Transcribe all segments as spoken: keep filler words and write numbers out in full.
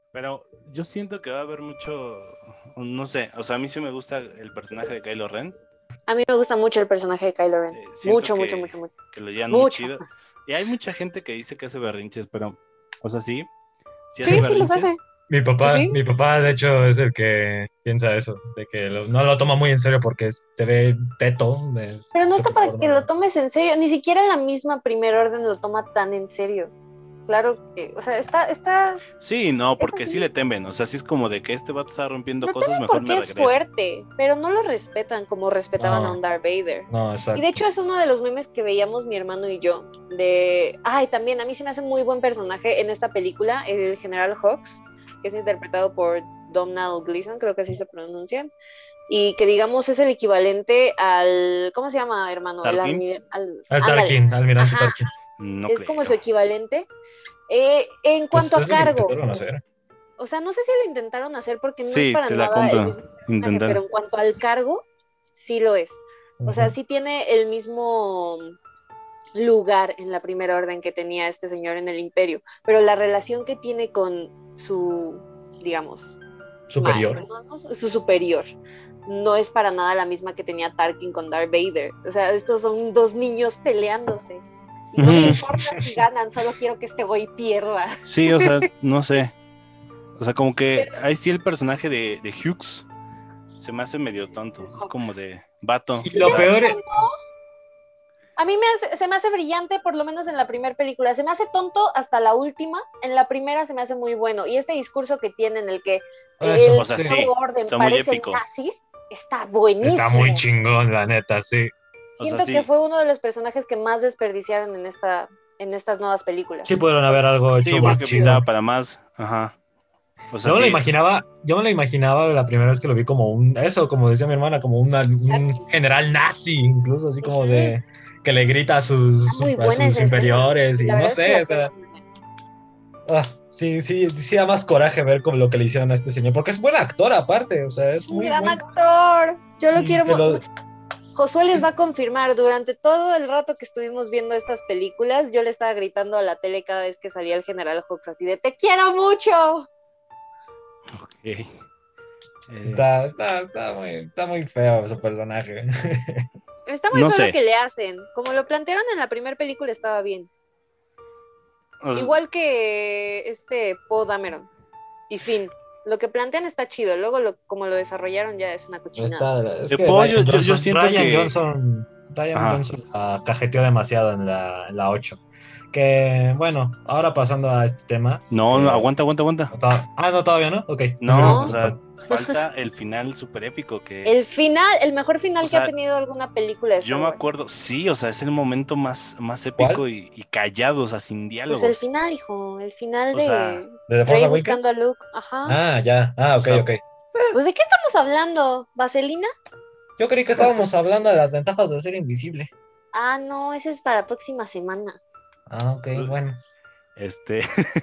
Pero yo siento que va a haber mucho, no sé, o sea, a mí sí me gusta el personaje de Kylo Ren. A mí me gusta mucho el personaje de Kylo Ren. Eh, siento Mucho, mucho, que, mucho, mucho. que lo llevan muy Mucho. chido. Y hay mucha gente que dice que hace berrinches, pero, o sea, sí, sí hace Sí, sí los berrinches. hace. Mi Pues papá, sí. mi papá de hecho es el que piensa eso, de que lo- no lo toma muy en serio porque es- se ve teto de Pero no está cierta para que forma. lo tomes en serio. Ni siquiera la misma primer orden lo toma tan en serio. Claro que, o sea, está, está, Sí, no, es porque sí así. le temen, o sea, sí es como de que este vato está rompiendo Lo cosas, temen mejor me porque es regreso. fuerte, pero no lo respetan como respetaban a No, un Darth Vader. no, Y de exacto. hecho es uno de los memes que veíamos mi hermano y yo. De, ay, también a mí se me hace muy buen personaje en esta película, el General Hux, que es interpretado por Domhnall Gleeson, creo que así se pronuncia. Y que digamos es el equivalente al, ¿cómo se llama, hermano? El ¿Tarkin? armi, al, Al ándale, Tarkin, Almirante ajá, Tarkin. No es como su creo. equivalente. Eh, en Pues cuanto a es lo que cargo, intentaron hacer. o sea, no sé si lo intentaron hacer porque no es Sí, para te la nada el compro. mismo personaje, pero Intentar. en cuanto al cargo, sí lo es. O sea, Ujú. sí tiene el mismo lugar en la primera orden que tenía este señor en el imperio, pero la relación que tiene con su, digamos, ma- Superior. no, no, su superior, no es para nada la misma que tenía Tarkin con Darth Vader. O sea, estos son dos niños peleándose. Y no me Ujú. importa si ganan, solo quiero que este güey pierda. Sí, o sea, no sé. O sea, como que Pero ahí sí el personaje de, de Hughes se me hace medio el tonto. Es como Hux. de vato. Y O lo sea, peor, es- A mí me hace- se me hace brillante, por lo menos en la primera película. Se me hace tonto hasta la última. En la primera se me hace muy bueno. Y este discurso que tiene en el que eso, o el sea, sí. sí, nuevo orden está muy parecen épico. nazis está Está muy buenísimo. chingón, la neta, sí. O sea, Siento que sí. fue uno de los personajes que más desperdiciaron en, esta, en estas nuevas Sí películas. pudieron haber Porque algo Sí, hecho más está porque chido. pintaba chido. para más. Ajá. O sea, Yo me lo sí. imaginaba, yo me lo imaginaba la primera vez que lo vi como un, eso, como decía mi hermana, como una- un Tarkin. general nazi, incluso así como Ujú. de que le grita a Está sus, muy a buena sus esa escena. inferiores Y y la no verdad es que la sé, o escena sea, es muy buena. ah, sí, sí, sí da más coraje ver como lo que le hicieron a este señor, porque es buen actor aparte, o sea, Es es un muy gran buen actor. Yo lo y quiero. que mu- lo Josué les es- va a confirmar, durante todo el rato que estuvimos viendo estas películas, yo le estaba gritando a la tele cada vez que salía el General Hux así de ¡Te quiero mucho! Ok. Eh, está, está, está muy, está muy feo su personaje. Está muy no feo lo sé. que le hacen. Como lo plantearon en la primera película estaba bien. O sea, Igual que este Poe Dameron y Finn. Lo que plantean está chido, luego lo, como lo desarrollaron ya es una cochinada. Está, es de que pollo, Ryan yo, yo Johnson, siento Ryan que. Johnson, Ryan Ajá. Johnson la cajeteó demasiado en la, en la ocho. Que bueno, ahora pasando a este tema, No, no, que aguanta, aguanta, aguanta. no ta- ah, no, todavía no, ok, no me No, o ¿No? sea, preocupa. falta el final súper épico que. El final, el mejor O final que ha sea, tenido alguna película de yo Star me Wars. acuerdo, sí, o sea, es el momento más, más épico ¿Cuál? y, y callado, o sea, sin Pues el diálogos. final, hijo, el final O sea, de ¿De The Force Rey buscando a Awakens? Luke. Ajá. Ah, ya, ah, o ok, sea, ok. Pues ¿de qué estamos hablando? ¿Vaselina? Yo creí que estábamos hablando de las ventajas de ser invisible. Ah, no, ese es para próxima semana. Ah, ok, bueno, este,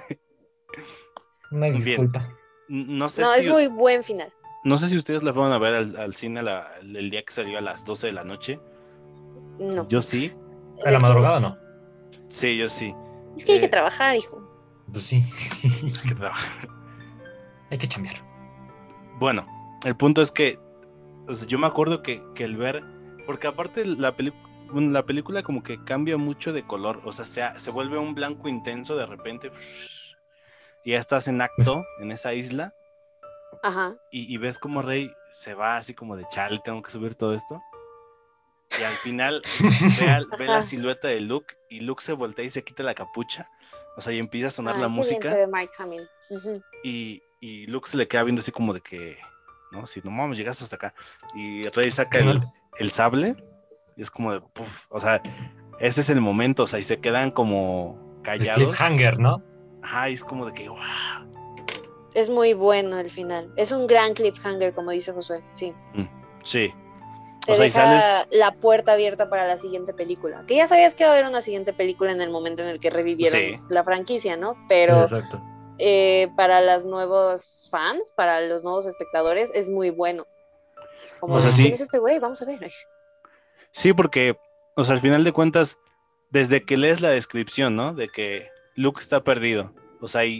una bien, disculpa. no sé No, es si, muy buen final. no sé si ustedes la fueron a ver al, al cine la- el día que salió a las doce de la noche. No, Yo sí, ¿A en la el cine. madrugada no? sí, yo sí. Es que hay que Eh, trabajar, hijo. Pues sí, hay que trabajar. hay que chambear. Bueno, el punto es que o sea, yo me acuerdo que, que el ver, porque aparte la, peli- bueno, la película como que cambia mucho de color, o sea, se, se vuelve un blanco intenso de repente, y ya estás en acto en esa isla, Ajá. y, y ves como Rey se va así como de chale, tengo que subir todo esto, y al final ve, al- ve la Ajá. silueta de Luke, y Luke se voltea y se quita la capucha, o sea, y empieza a sonar la Ay, qué bien se música, ve Mark Hamill. Ujú. y, y Luke se le queda viendo así como de que, no, si no mames, llegaste hasta acá, y Rey saca ¿Qué el, más? el sable. Y es como de, puff, o sea, ese es el momento, o sea, y se quedan como El callados. cliffhanger, ¿no? Ajá, y es como de que, wow. Es muy bueno el final. Es un gran cliffhanger, como dice Josué. Sí. Mm, sí, o Te sea, y sales, deja la puerta abierta para la siguiente película. Que ya sabías que iba a haber una siguiente película en el momento en el que revivieron sí, la franquicia, ¿no? Sí, Pero exacto. eh, para los nuevos fans, para los nuevos espectadores, es muy bueno. Como o sea, de, ¿quién sí, es este güey? Vamos a ver. sí, porque, o sea, al final de cuentas, desde que lees la descripción, ¿no? De que Luke está perdido, o sea, y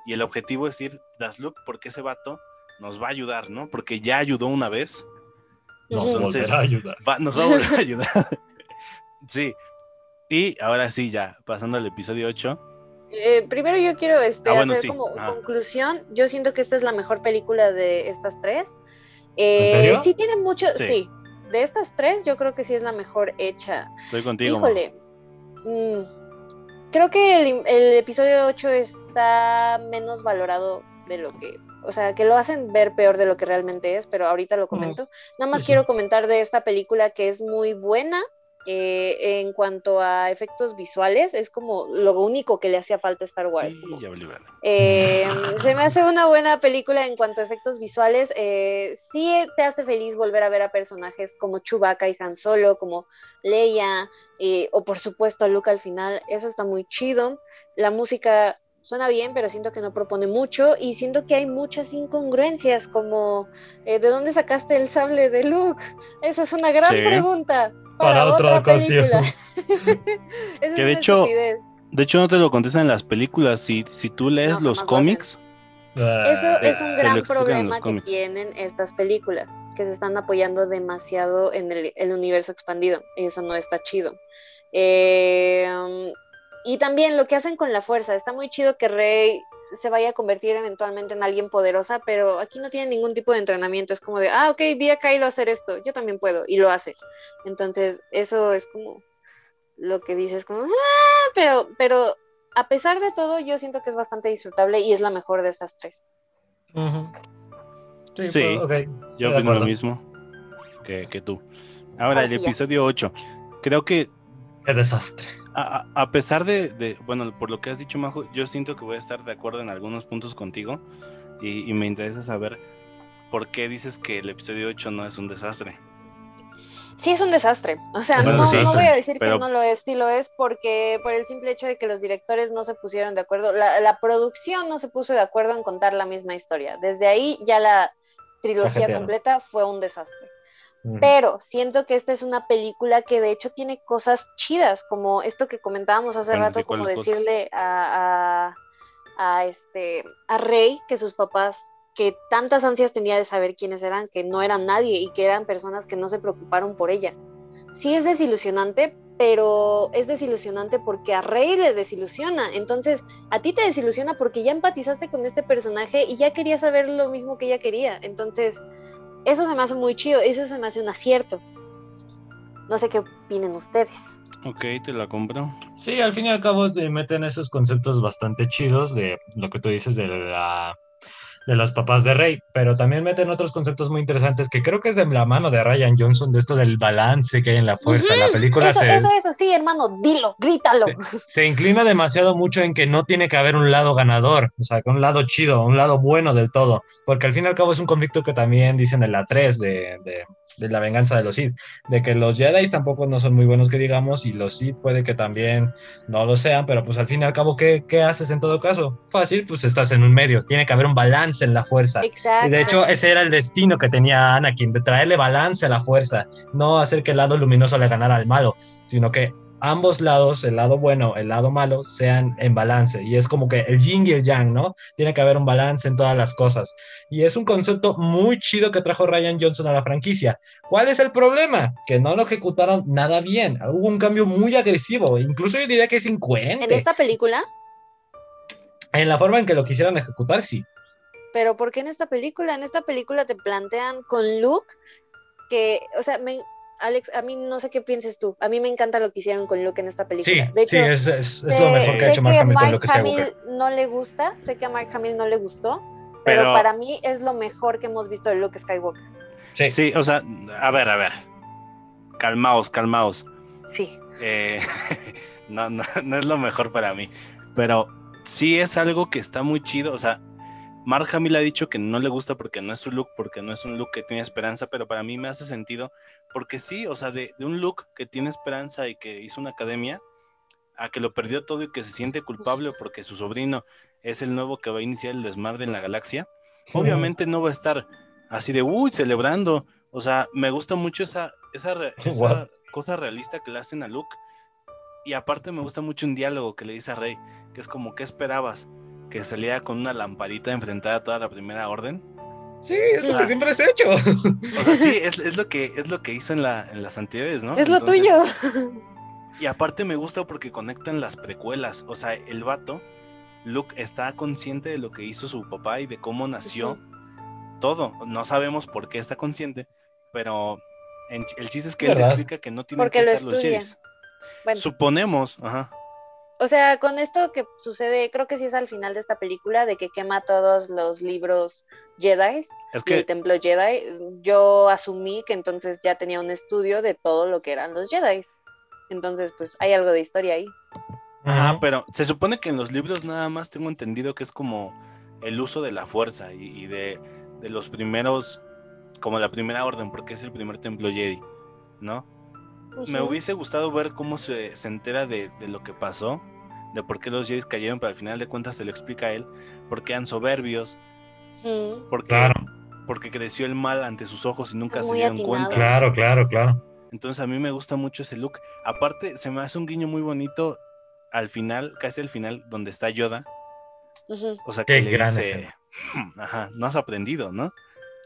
y el objetivo es ir tras Luke porque ese vato nos va a ayudar, ¿no? Porque ya ayudó una vez. Nos Entonces, volverá a ayudar. Va, nos va a volver a ayudar. Sí. Y ahora sí, ya, pasando al episodio ocho. Eh, primero yo quiero este, Ah, bueno, hacer sí. como Ah. conclusión. Yo siento que esta es la mejor película de estas tres. Eh, ¿En serio? Sí tiene mucho, Sí. sí. De estas tres yo creo que sí es la mejor hecha. Estoy contigo, Híjole. mm, creo que el, el episodio ocho está menos valorado de lo que es. O sea, que lo hacen ver peor de lo que realmente es, pero ahorita lo comento. Nada más sí, sí. quiero comentar de esta película que es muy buena. Eh, en cuanto a efectos visuales, es como lo único que le hacía falta a Star Wars. Y Como, ya volví a ver. eh, se me hace una buena película en cuanto a efectos visuales. Eh, sí te hace feliz volver a ver a personajes como Chewbacca y Han Solo, como Leia, eh, o por supuesto Luke al final. Eso está muy chido. La música suena bien, pero siento que no propone mucho y siento que hay muchas incongruencias, como eh, ¿de dónde sacaste el sable de Luke? Esa es una gran Sí. pregunta Para para, otra otra ocasión. película. Esa Que es de una hecho, estupidez. de hecho no te lo contestan en las películas. Si, si tú lees No, los jamás lo hacen. cómics, Eso Ah, te, es un te lo gran explican en los problema que cómics. tienen estas películas, que se están apoyando demasiado en el, el universo expandido, y eso no está chido. Eh, y también lo que hacen con la fuerza, está muy chido que Rey se vaya a convertir eventualmente en alguien poderosa, pero aquí no tiene ningún tipo de entrenamiento, es como de, ah, ok, vi a Kylo hacer esto, yo también puedo, y lo hace. Entonces, eso es como lo que dices, como, ah, pero, pero a pesar de todo, yo siento que es bastante disfrutable y es la mejor de estas tres. uh-huh. Sí, Sí, pues, ok. yo Estoy de opino lo acuerdo. mismo que, que tú. Ahora, Ahora el sí ya. episodio ocho. Creo que Qué desastre. a, a- a pesar de, de, bueno, por lo que has dicho, Majo, yo siento que voy a estar de acuerdo en algunos puntos contigo y, y me interesa saber por qué dices que el episodio ocho no es un desastre. Sí, es un desastre. O sea, Es un no, no desastre. voy a decir Pero- que no lo es, sí lo es, porque por el simple hecho de que los directores no se pusieron de acuerdo, la, la producción no se puso de acuerdo en contar la misma historia. Desde ahí ya la trilogía Cajetearon. completa fue un desastre. Uh-huh. Pero siento que esta es una película que de hecho tiene cosas chidas, como esto que comentábamos hace Bueno, rato, sí, como ¿cuáles cosas? decirle a, a, a, este, a Rey que sus papás, que tantas ansias tenía de saber quiénes eran, que no eran nadie y que eran personas que no se preocuparon por ella. Sí es desilusionante, pero es desilusionante porque a Rey le desilusiona. Entonces, a ti te desilusiona porque ya empatizaste con este personaje y ya querías saber lo mismo que ella quería. Entonces, eso se me hace muy chido, eso se me hace un acierto. No sé qué opinen ustedes. Ok, te la compro. Sí, al fin y al cabo eh, meten esos conceptos bastante chidos de lo que tú dices de la de los papás de Rey, pero también meten otros conceptos muy interesantes que creo que es de la mano de Rian Johnson, de esto del balance que hay en la fuerza. La Uh-huh. película Eso, se, eso, eso, sí, hermano, dilo, grítalo. se, se inclina demasiado mucho en que no tiene que haber un lado ganador, o sea, que un lado chido, un lado bueno del todo, porque al fin y al cabo es un conflicto que también dicen en la tres de, de, de la venganza de los Sith, de que los Jedi tampoco no son muy buenos que digamos, y los Sith puede que también no lo sean, pero pues al fin y al cabo, ¿qué, qué haces en todo caso? Fácil, pues estás en un medio, tiene que haber un balance en la fuerza. Exacto. Y de hecho, ese era el destino que tenía Anakin, de traerle balance a la fuerza, no hacer que el lado luminoso le ganara al malo, sino que ambos lados, el lado bueno, el lado malo, sean en balance. Y es como que el yin y el yang, ¿no? Tiene que haber un balance en todas las cosas. Y es un concepto muy chido que trajo Rian Johnson a la franquicia. ¿Cuál es el problema? Que no lo ejecutaron nada bien. Hubo un cambio muy agresivo, incluso yo diría que es incoherente. ¿En esta película? En la forma en que lo quisieran ejecutar, sí. Pero ¿por qué en esta película? En esta película te plantean con Luke que, o sea, me, Alex, a mí no sé qué pienses tú. A mí me encanta lo que hicieron con Luke en esta película. Sí, de hecho, sí, es, es, es sé, lo mejor que ha sé hecho Mark que Hamill con Mark Luke Skywalker. Hamill no le gusta, sé que a Mark Hamill no le gustó, pero, Pero- para mí es lo mejor que hemos visto de Luke Skywalker. Sí. Sí, o sea, a ver, a ver. Calmaos, calmaos. Sí. Eh, no, no, no es lo mejor para mí. Pero sí es algo que está muy chido. O sea, Mark Hamill ha dicho que no le gusta porque no es su look, porque no es un look que tiene esperanza, pero para mí me hace sentido. Porque sí, o sea, de, de un look que tiene esperanza y que hizo una academia, a que lo perdió todo y que se siente culpable porque su sobrino es el nuevo que va a iniciar el desmadre en la galaxia, obviamente no va a estar así de uy, celebrando. O sea, me gusta mucho esa, esa, re- esa What? cosa realista que le hacen a Luke. Y aparte me gusta mucho un diálogo que le dice a Rey, que es como, ¿qué esperabas? que salía con una lamparita enfrentada a toda la Primera Orden. Sí, es lo Ah. que siempre has hecho. O sea, sí, es, es lo que es lo que hizo en, la, en las anteriores, ¿no? Es lo Entonces, tuyo. y aparte me gusta porque conectan las precuelas. O sea, el vato, Luke, está consciente de lo que hizo su papá y de cómo nació uh-huh. todo. No sabemos por qué está consciente, pero en, el chiste es que él te explica que no tienen porque que lo estar estudia. los Jedis. Bueno. Suponemos, ajá. O sea, con esto que sucede, creo que sí es al final de esta película, de que quema todos los libros Jedi es que... y el templo Jedi, yo asumí que entonces ya tenía un estudio de todo lo que eran los Jedi. Entonces, pues, hay algo de historia ahí. Ajá, pero se supone que en los libros nada más tengo entendido que es como el uso de la fuerza y, y de, de los primeros, como la primera orden, porque es el primer templo Jedi, ¿no? Uh-huh. Me hubiese gustado ver cómo se, se entera de, de lo que pasó, de por qué los Jedi cayeron, pero al final de cuentas te lo explica él, porque eran soberbios, uh-huh. porque, claro. porque creció el mal ante sus ojos y nunca es se dieron atinado. cuenta. Claro, claro, claro. Entonces a mí me gusta mucho ese look. Aparte, se me hace un guiño muy bonito al final, casi al final, donde está Yoda. Uh-huh. O sea, que Qué le gran dice, escena. ajá, no has aprendido, ¿no?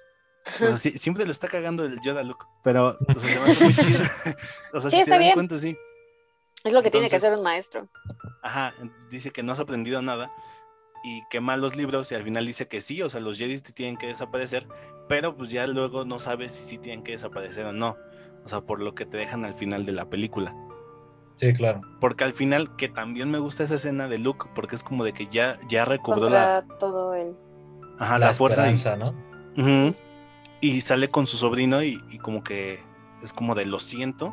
O sea, sí, siempre lo está cagando el Yoda look, pero o sea, se me hace muy chido. O sea, sí, si está se dan bien. cuenta, sí. Es lo que Entonces, tiene que hacer un maestro. Ajá, dice que no has aprendido nada y quema los libros y al final dice que sí, o sea, los Jedi tienen que desaparecer, pero pues ya luego no sabes si sí tienen que desaparecer o no. O sea, por lo que te dejan al final de la película. Sí, claro. Porque al final, que también me gusta esa escena de Luke, porque es como de que ya, ya recobró Contra la... todo él. Ajá, la, la fuerza. esperanza, y, ¿no? Uh-huh, y sale con su sobrino y, y como que es como de lo siento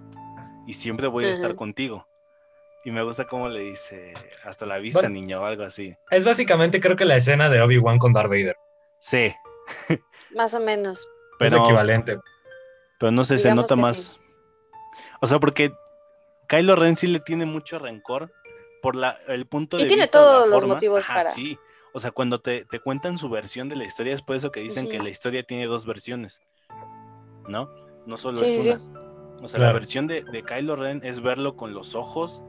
y siempre voy a uh-huh. estar contigo. Y me gusta cómo le dice hasta la vista, bueno, niño, o algo así. Es básicamente creo que la escena de Obi-Wan con Darth Vader. Sí. Más o menos. Pero, es equivalente. Pero no sé, Digamos se nota más. Sí. O sea, porque Kylo Ren sí le tiene mucho rencor por la, el punto de y tiene vista todos de la los forma. motivos Ajá, para. Sí. O sea, cuando te, te cuentan su versión de la historia, es por eso que dicen uh-huh. que la historia tiene dos versiones, ¿no? No solo sí, es sí, una. Sí. O sea, claro. la versión de, de Kylo Ren es verlo con los ojos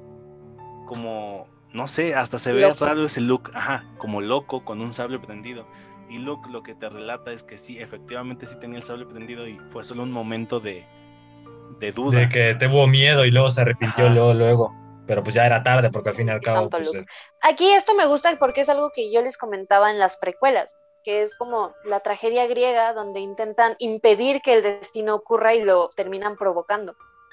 como, no sé, hasta se ve loco. raro ese look, ajá, como loco, con un sable prendido. Y Luke lo que te relata es que sí, efectivamente sí tenía el sable prendido y fue solo un momento de, de duda. De que tuvo miedo y luego se arrepintió ajá. luego, luego. Pero pues ya era tarde porque al fin y al cabo... Pues, eh... Aquí esto me gusta porque es algo que yo les comentaba en las precuelas, que es como la tragedia griega donde intentan impedir que el destino ocurra y lo terminan provocando.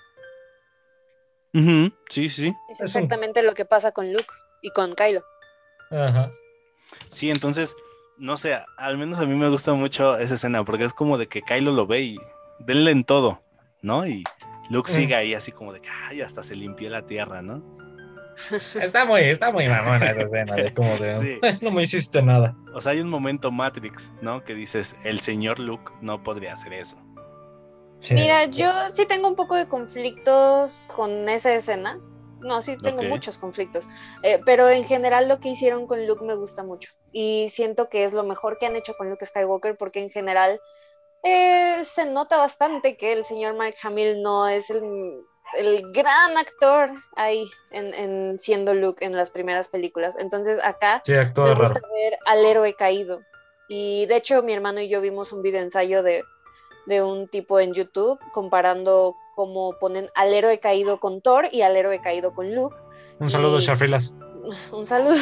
Uh-huh. Sí, sí. Es exactamente es un... lo que pasa con Luke y con Kylo. Ajá. Sí, entonces, no sé, al menos a mí me gusta mucho esa escena porque es como de que Kylo lo ve y denle en todo, ¿no? Y Luke mm. sigue ahí así como de que ay, hasta se limpió la tierra, ¿no? Está muy, está muy mamona esa escena de como de sí. No me hiciste nada. O sea, hay un momento Matrix, ¿no? Que dices, el señor Luke no podría hacer eso. Mira, yo sí tengo un poco de conflictos con esa escena. No, sí tengo okay. muchos conflictos. Eh, pero en general lo que hicieron con Luke me gusta mucho. Y siento que es lo mejor que han hecho con Luke Skywalker porque en general eh, se nota bastante que el señor Mark Hamill no es el, el gran actor ahí en, en siendo Luke en las primeras películas. Entonces acá sí, me gusta raro. ver al héroe caído. Y de hecho mi hermano y yo vimos un video ensayo de de un tipo en YouTube comparando cómo ponen al héroe caído con Thor y al héroe caído con Luke. Un saludo, y... Shafilas. Un saludo.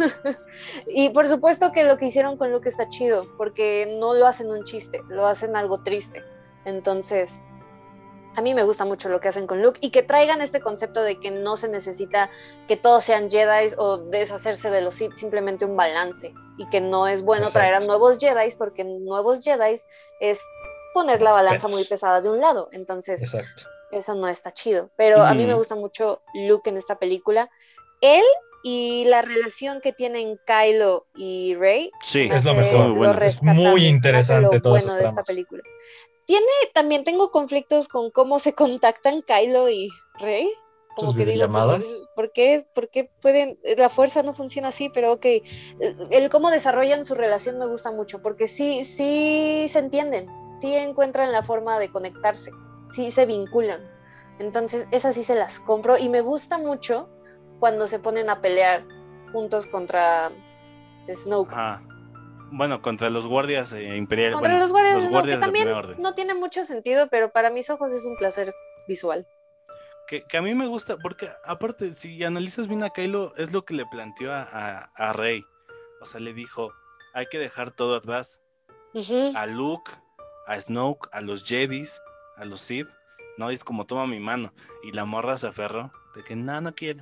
Y por supuesto que lo que hicieron con Luke está chido, porque no lo hacen un chiste, lo hacen algo triste. Entonces, a mí me gusta mucho lo que hacen con Luke y que traigan este concepto de que no se necesita que todos sean Jedi o deshacerse de los Sith, simplemente un balance. Y que no es bueno Exacto. traer a nuevos Jedi porque nuevos Jedi es poner la balanza muy pesada de un lado, entonces Exacto. eso no está chido, pero uh-huh. a mí me gusta mucho Luke en esta película, él y la relación que tienen Kylo y Rey, sí, es lo mejor, lo bueno. Es muy interesante todas bueno esas de tramas. esta película. Tiene, también tengo conflictos con cómo se contactan Kylo y Rey, como ¿Sus que digo, ¿por, ¿por qué, por qué pueden, la fuerza no funciona así? Pero ok, el, el cómo desarrollan su relación me gusta mucho, porque sí, sí se entienden, sí encuentran la forma de conectarse, sí se vinculan. Entonces, esas sí se las compro y me gusta mucho cuando se ponen a pelear juntos contra de Snoke. Ajá. Bueno, contra los guardias eh, imperiales. Contra bueno, los guardias, los de Snoke, guardias que de también Primera Orden. no tiene mucho sentido, pero para mis ojos es un placer visual. Que, que a mí me gusta, porque aparte, si analizas bien a Kylo, es lo que le planteó a, a, a Rey. O sea, le dijo, hay que dejar todo atrás. Uh-huh. A Luke, a Snoke, a los Jedis, a los Sith. No, es como toma mi mano. Y la morra se aferró de que no, no quiere.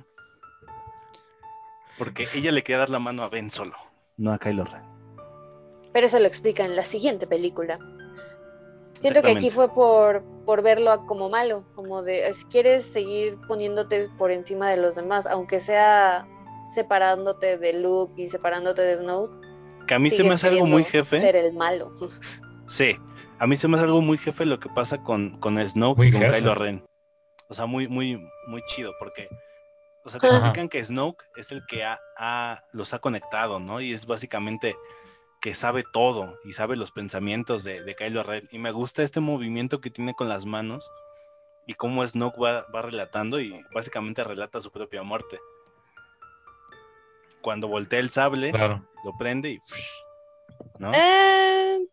Porque ella le quería dar la mano a Ben Solo, no a Kylo Ren. Pero eso lo explica en la siguiente película. Siento que aquí fue por, por verlo como malo, como de si quieres seguir poniéndote por encima de los demás, aunque sea separándote de Luke y separándote de Snoke. Que a mí se me hace algo muy jefe. Ser el malo. Sí, a mí se me hace algo muy jefe lo que pasa con, con Snoke muy y con jefe. Kylo Ren. O sea, muy, muy, muy chido, porque o sea, te explican que Snoke es el que ha, ha, los ha conectado, ¿no? Y es básicamente que sabe todo y sabe los pensamientos de, de Kylo Ren. Y me gusta este movimiento que tiene con las manos y cómo Snoke va, va relatando y básicamente relata su propia muerte. Cuando voltea el sable, claro. lo prende y... ¿no? Eh,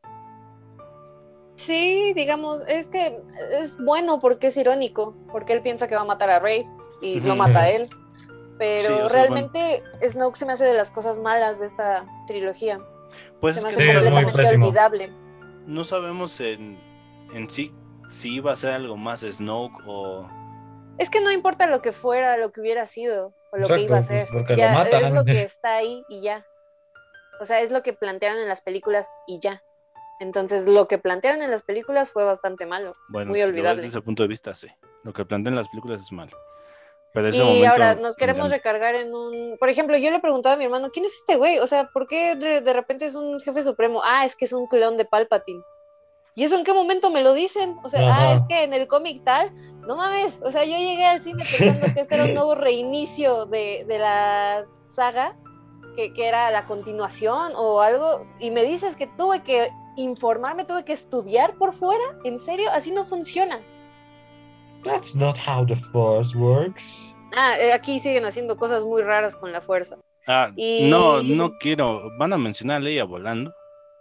sí, digamos, es que es bueno porque es irónico, porque él piensa que va a matar a Rey y lo mata a él. Pero sí, o sea, realmente bueno. Snoke se me hace de las cosas malas de esta trilogía. Pues se me es hace que sí, completamente es muy olvidable. No sabemos en, en sí si iba a ser algo más Snoke o... Es que no importa lo que fuera, lo que hubiera sido o lo Exacto, que iba a ser. pues porque ya, lo matan. es lo que está ahí y ya. O sea, es lo que plantearon en las películas y ya. Entonces, lo que plantearon en las películas fue bastante malo. Bueno, muy si olvidable. lo ves desde ese punto de vista, sí. Lo que plantean en las películas es malo. Pero ese y momento ahora nos queremos encanta. recargar en un... Por ejemplo, yo le preguntaba a mi hermano, ¿quién es este güey? O sea, ¿por qué de, de repente es un jefe supremo? Ah, es que es un clon de Palpatine. ¿Y eso en qué momento me lo dicen? O sea, Ajá. ah, es que en el cómic tal, no mames, o sea, yo llegué al cine pensando que este era un nuevo reinicio de, de la saga, que, que era la continuación o algo, y me dices que tuve que informarme, tuve que estudiar por fuera, ¿en serio? Así no funciona. That's not how the Force works. Ah, aquí siguen haciendo cosas muy raras con la fuerza. Ah, y... no, no quiero. ¿Van a mencionar a Leia volando?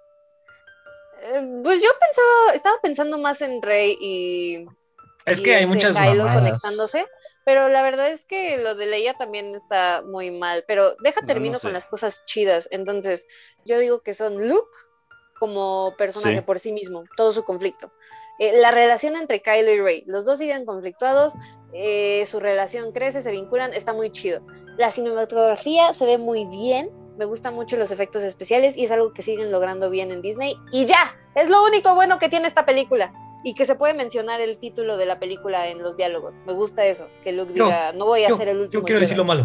Eh, pues yo pensaba, estaba pensando más en Rey y... Es y que hay este muchas Kylo mamadas. conectándose, pero la verdad es que lo de Leia también está muy mal, pero deja No, termino no sé. con las cosas chidas. Entonces yo digo que son Luke como personaje Sí. por sí mismo, todo su conflicto, eh, la relación entre Kylo y Rey, los dos siguen conflictuados, eh, su relación crece, se vinculan, está muy chido. La cinematografía se ve muy bien, me gustan mucho los efectos especiales y es algo que siguen logrando bien en Disney y ya, es lo único bueno que tiene esta película. Y que se puede mencionar el título de la película en los diálogos. Me gusta eso, que Luke Yo, diga, no voy a yo, ser el último yo quiero Jedi. decir lo malo.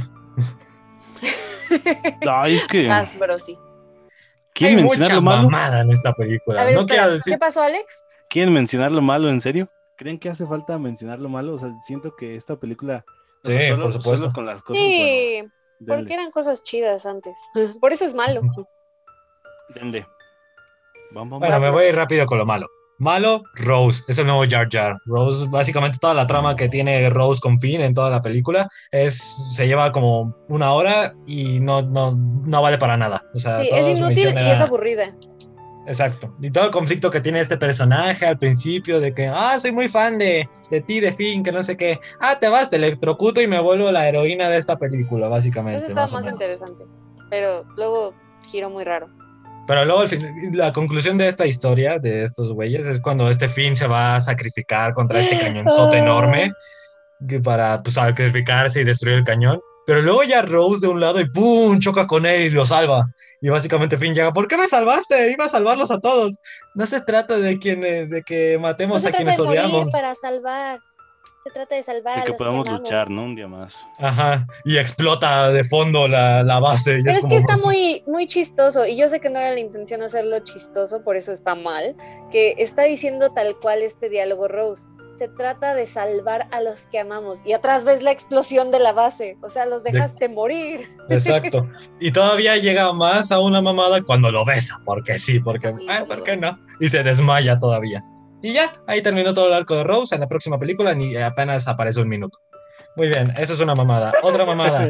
Ay, es que. Vas, bro, sí. ¿Quieren Hay mencionar mucha lo malo? mamada en esta película. A ver, no espera, quiero decir. ¿qué pasó, Alex? ¿Quieren mencionar lo malo, en serio? ¿Creen que hace falta mencionar lo malo? O sea, siento que esta película. O sea, Sí, solo, por supuesto. solo con las cosas. Sí, Bueno, porque denle, eran cosas chidas antes. Por eso es malo. denle. Vamos, vamos. Bueno, Vas, me bro. voy rápido con lo malo. Malo, Rose, es el nuevo Jar Jar. Rose, básicamente toda la trama que tiene Rose con Finn en toda la película es, se lleva como una hora y no, no, no vale para nada. O sea, Sí, es toda su inútil misión y es era... aburrida. Exacto. Y todo el conflicto que tiene este personaje al principio de que, ah, soy muy fan de, de ti, de Finn, que no sé qué. Ah, te vas, te electrocuto y me vuelvo la heroína de esta película, básicamente. Eso estaba más o más menos. interesante. Pero luego giró muy raro. Pero luego al fin, la conclusión de esta historia, de estos güeyes, es cuando este Finn se va a sacrificar contra este cañonzote enorme que para pues, sacrificarse y destruir el cañón. Pero luego ya Rose de un lado y ¡pum! Choca con él y lo salva. Y básicamente Finn llega, ¿por qué me salvaste? Iba a salvarlos a todos. No se trata de, quienes, de que matemos No a se trata quienes de morir odiamos. para salvar. Se trata de salvar De a que los que podamos amamos. luchar, ¿no? Un día más. Ajá, y explota de fondo la, la base. Y Pero es es como... que está muy, muy chistoso, y yo sé que no era la intención hacerlo chistoso, por eso está mal, que está diciendo tal cual este diálogo Rose. Se trata de salvar a los que amamos, y atrás ves la explosión de la base, o sea, los dejaste morir. Exacto. Y todavía llega más a una mamada cuando lo besa, porque sí, porque, Muy ay, ¿por incómodo. qué no? Y se desmaya todavía. Y ya, ahí terminó todo el arco de Rose. En la próxima película ni apenas aparece un minuto. Muy bien, eso es una mamada. Otra mamada.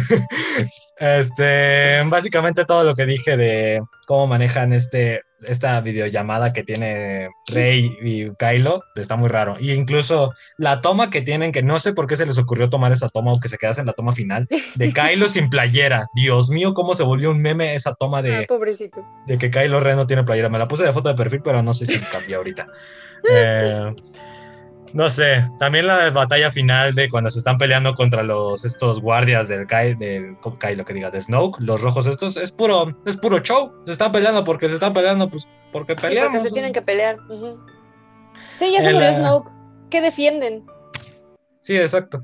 Este, básicamente todo lo que dije de cómo manejan este, esta videollamada que tiene Rey y Kylo está muy raro. Y incluso la toma que tienen, que no sé por qué se les ocurrió tomar esa toma o que se quedase en la toma final, de Kylo sin playera. Dios mío, cómo se volvió un meme esa toma Ah, de, pobrecito. de que Kylo Ren no tiene playera. Me la puse de foto de perfil, pero no sé si cambió ahorita. Eh, no sé, también la batalla final de cuando se están peleando contra los estos guardias del Kai, del Kai, lo que diga, de Snoke, los rojos estos, es puro, es puro show. Se están peleando porque se están peleando, pues porque Sí, porque peleamos. se tienen que pelear. Ujú. Sí, ya se En murió la- Snoke. ¿Qué defienden? Sí, exacto.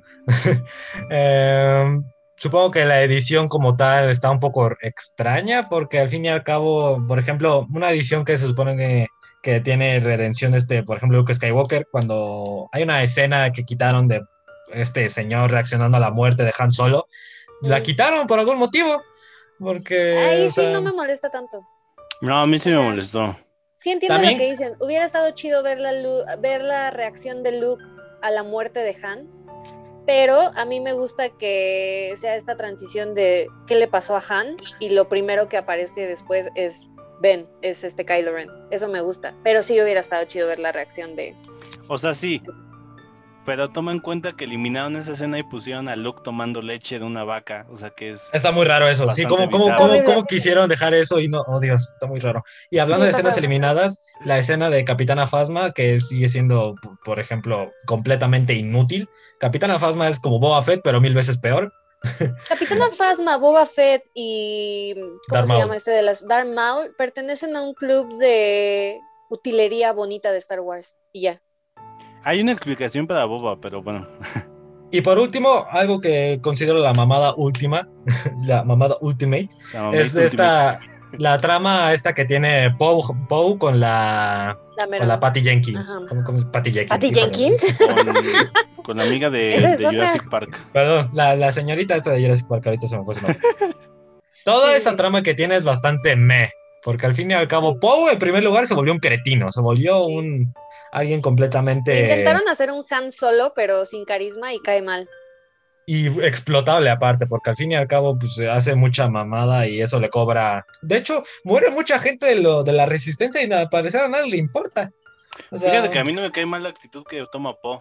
Em, supongo que la edición como tal está un poco extraña porque al fin y al cabo, por ejemplo, una edición que se supone que, que tiene redención, este, por ejemplo, Luke Skywalker, cuando hay una escena que quitaron de este señor reaccionando a la muerte de Han Solo, la Mm. quitaron por algún motivo, porque, Ahí o sí sea, no me molesta tanto. No, a mí sí O me sea, molestó. sí entiendo lo también, que dicen. Hubiera estado chido ver la, lu- ver la reacción de Luke a la muerte de Han, pero a mí me gusta que sea esta transición de qué le pasó a Han y lo primero que aparece después es Ben, es este Kylo Ren. Eso me gusta, pero sí hubiera estado chido ver la reacción de... O sea, sí. Pero toma en cuenta que eliminaron esa escena y pusieron a Luke tomando leche de una vaca. O sea que es está muy raro eso. Sí, bastante ¿cómo, cómo, bizarro. cómo, Horrible. cómo quisieron dejar eso? Y no, oh Dios, está muy raro. Y hablando Sí, de está escenas feo. eliminadas, la escena de Capitana Phasma, que sigue siendo, p- por ejemplo, completamente inútil. Capitana Phasma es como Boba Fett, pero mil veces peor. Capitana Phasma, Boba Fett y ¿cómo Darth se Maul. llama este de las Darth Maul? Pertenecen a un club de utilería bonita de Star Wars y ya. Hay una explicación para Boba, pero bueno. Y por último, algo que considero la mamada última, la mamada ultimate, La Mamate es de Ultimate. esta, la trama esta que tiene Poe, Poe con la, La con la mera. Patty Jenkins. Ajá. ¿Cómo, cómo es Patty Jenkins? ¿Patty Híjole. Jenkins? Con, con la amiga de, Esa es de otra. Jurassic Park. Perdón, la, la señorita esta de Jurassic Park, ahorita se me fue su nombre. Toda Sí, sí, esa sí. trama que tiene es bastante meh, porque al fin y al cabo, Sí. Poe en primer lugar se volvió un cretino, se volvió Sí. un alguien Le completamente intentaron hacer un Han Solo, pero sin carisma y cae mal. y explotable aparte, porque al fin y al cabo pues hace mucha mamada y eso le cobra. De hecho, muere mucha gente de lo de la resistencia y al parecer a nadie le importa. O Fíjate sea, que a mí no me cae mal la actitud que toma Poe.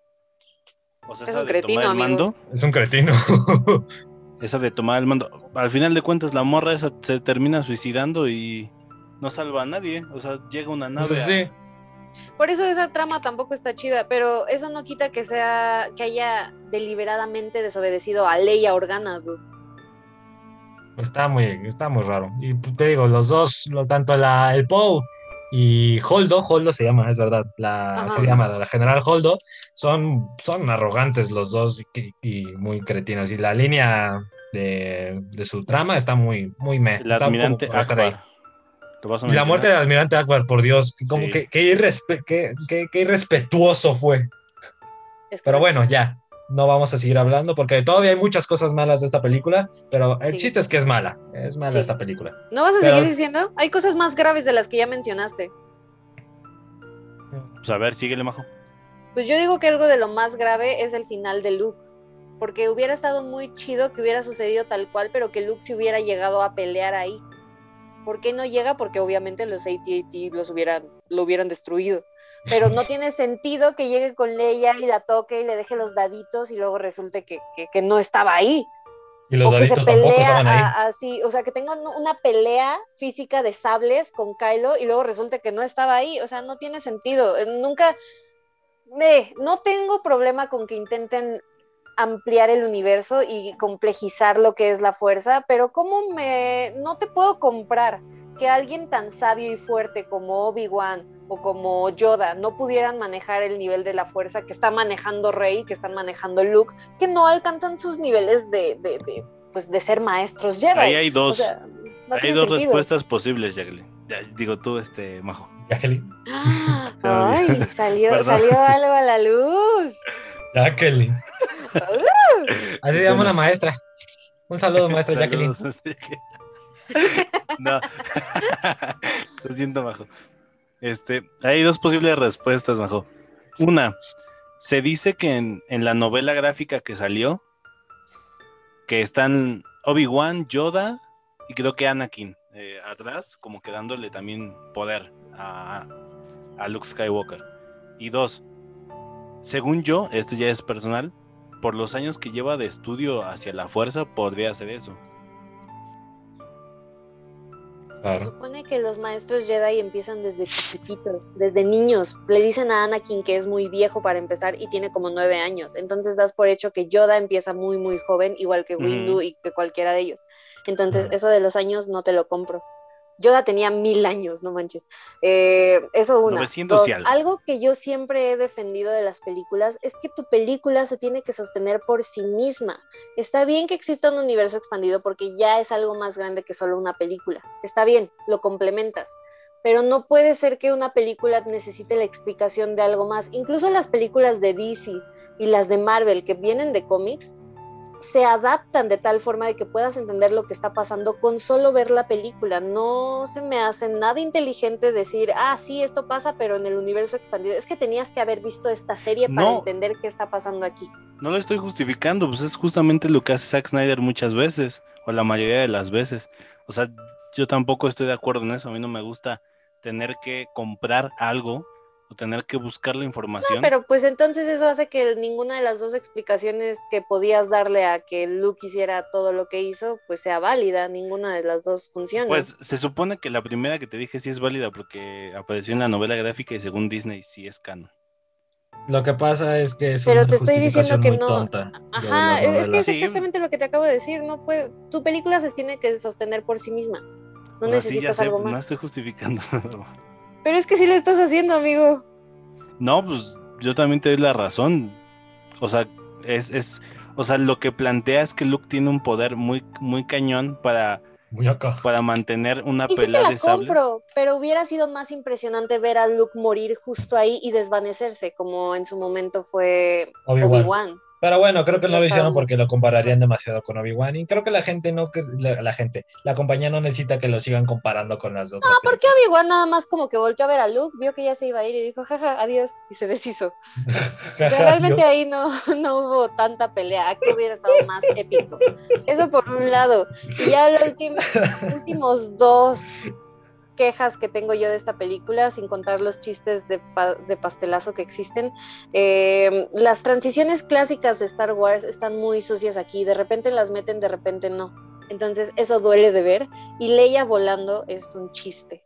O sea, Es esa un de tomar cretino, el amigo. mando. es un cretino. Esa de tomar el mando. Al final de cuentas, la morra esa se termina suicidando y no salva a nadie. O sea, llega una nave Pues a... sí, Por eso esa trama tampoco está chida, pero eso no quita que sea que haya deliberadamente desobedecido a Leia Organa, dude. está muy, está muy raro. Y pues, te digo, los dos, los, tanto la, el Poe y Holdo, Holdo se llama, es verdad, la, así Ajá. se llama, la general Holdo, son, son arrogantes los dos y, y muy cretinos. Y la línea de, de su trama está muy, muy meh, El está como almirante por estar ahí. Akbar. ¿Lo vas a Y la muerte mencionar? del almirante Akbar, por Dios, como Sí. que, que, irrespe- que- que- que irrespetuoso fue. Es Pero correcto. bueno, ya, no vamos a seguir hablando porque todavía hay muchas cosas malas de esta película, pero el Sí, chiste es que es mala, es mala sí. esta película. ¿No vas a seguir Pero diciendo? Hay cosas más graves de las que ya mencionaste. Pues a ver, síguele, majo. Pues yo digo que algo de lo más grave es el final de Luke. Porque hubiera estado muy chido que hubiera sucedido tal cual, pero que Luke se hubiera llegado a pelear ahí. ¿Por qué no llega? Porque obviamente los A T A T los hubieran, lo hubieran destruido. Pero no tiene sentido que llegue con Leia y la toque y le deje los daditos y luego resulte que, que, que no estaba ahí. y los O que se daditos tampoco pelea estaban ahí. a- así, o sea, que tengan una pelea física de sables con Kylo y luego resulta que no estaba ahí. O sea, no tiene sentido. Eh, Nunca, me, no tengo problema con que intenten ampliar el universo y complejizar lo que es la fuerza, pero cómo me, no te puedo comprar que alguien tan sabio y fuerte como Obi-Wan o como Yoda no pudieran manejar el nivel de la fuerza que está manejando Rey, que están manejando Luke, que no alcanzan sus niveles de, de, de, pues de ser maestros Jedi. Ahí hay dos. O sea, no hay tiene dos sentido. respuestas posibles, Jacqueline. Ya, digo tú, este, majo. Jacqueline. ¡Ah! Se me olvidó. Ay, salió, Perdón. salió algo a la luz. Jacqueline. Uh, Así se llama una maestra. Un saludo, maestra Jacqueline. Saludos. No. Lo siento, majo. Este, hay dos posibles respuestas, majo. Una, Se dice que en, en la novela gráfica que salió, que están Obi-Wan, Yoda y creo que Anakin eh, atrás, como que dándole también poder a, a Luke Skywalker. Y dos, según yo, esto ya es personal, por los años que lleva de estudio hacia la fuerza, podría hacer eso. Se Claro. supone que los maestros Jedi empiezan desde chiquitos, desde niños. Le dicen a Anakin que es muy viejo para empezar y tiene como nueve años. Entonces das por hecho que Yoda empieza muy, muy joven, igual que Windu Ujú. y que cualquiera de ellos. Entonces Ujú. eso de los años no te lo compro. Yoda tenía mil años, no manches. Eh, eso una. novecientos y Dos, algo. algo que yo siempre he defendido de las películas es que tu película se tiene que sostener por sí misma. Está bien que exista un universo expandido porque ya es algo más grande que solo una película. Está bien, lo complementas. Pero no puede ser que una película necesite la explicación de algo más. Incluso las películas de D C y las de Marvel que vienen de cómics se adaptan de tal forma de que puedas entender lo que está pasando con solo ver la película. No se me hace nada inteligente decir, ah, sí, esto pasa, pero en el universo expandido. Es que tenías que haber visto esta serie para No, entender qué está pasando aquí. no lo estoy justificando, pues es justamente lo que hace Zack Snyder muchas veces, o la mayoría de las veces. O sea, yo tampoco estoy de acuerdo en eso. A mí no me gusta tener que comprar algo o tener que buscar la No, información. pero pues entonces eso hace que ninguna de las dos explicaciones que podías darle a que Luke hiciera todo lo que hizo, pues sea válida. Ninguna de las dos funciona. Pues se supone que la primera que te dije sí es válida porque apareció en la novela gráfica y según Disney sí es canon. Lo que pasa es que eso es Pero una te estoy diciendo justificación que muy no. tonta, lo de Ajá, las es que es novelas. Sí, exactamente lo que te acabo de decir. No puede, tu película se tiene que sostener por sí misma. No o sea, sí, ya necesitas sé, algo pues no más. estoy justificando. Pero es que sí lo estás haciendo, amigo. No, pues yo también te doy la razón. O sea, es, es, o sea, lo que plantea es que Luke tiene un poder muy, muy cañón para, Muy acá. para mantener una Y sí te pelea la de sables. compro, pero hubiera sido más impresionante ver a Luke morir justo ahí y desvanecerse, como en su momento fue Obi-Wan. Obi-Wan. Pero bueno, creo que no Hubiera lo estado hicieron porque mucho lo compararían mejor. demasiado con Obi-Wan. Y creo que la gente no, que la, la gente, la compañía no necesita que lo sigan comparando con las No, otras porque películas. Obi-Wan nada más como que volteó a ver a Luke, vio que ya se iba a ir y dijo, jaja, adiós, y se deshizo. O sea, Jaja, realmente Dios. ahí no, no hubo tanta pelea, que hubiera estado más épico. Eso por un lado. Y ya los últimos, últimos dos quejas que tengo yo de esta película, sin contar los chistes de, pa de pastelazo que existen, eh, las transiciones clásicas de Star Wars están muy sucias aquí, de repente las meten, de repente no. Entonces eso duele de ver. Y Leia volando es un chiste.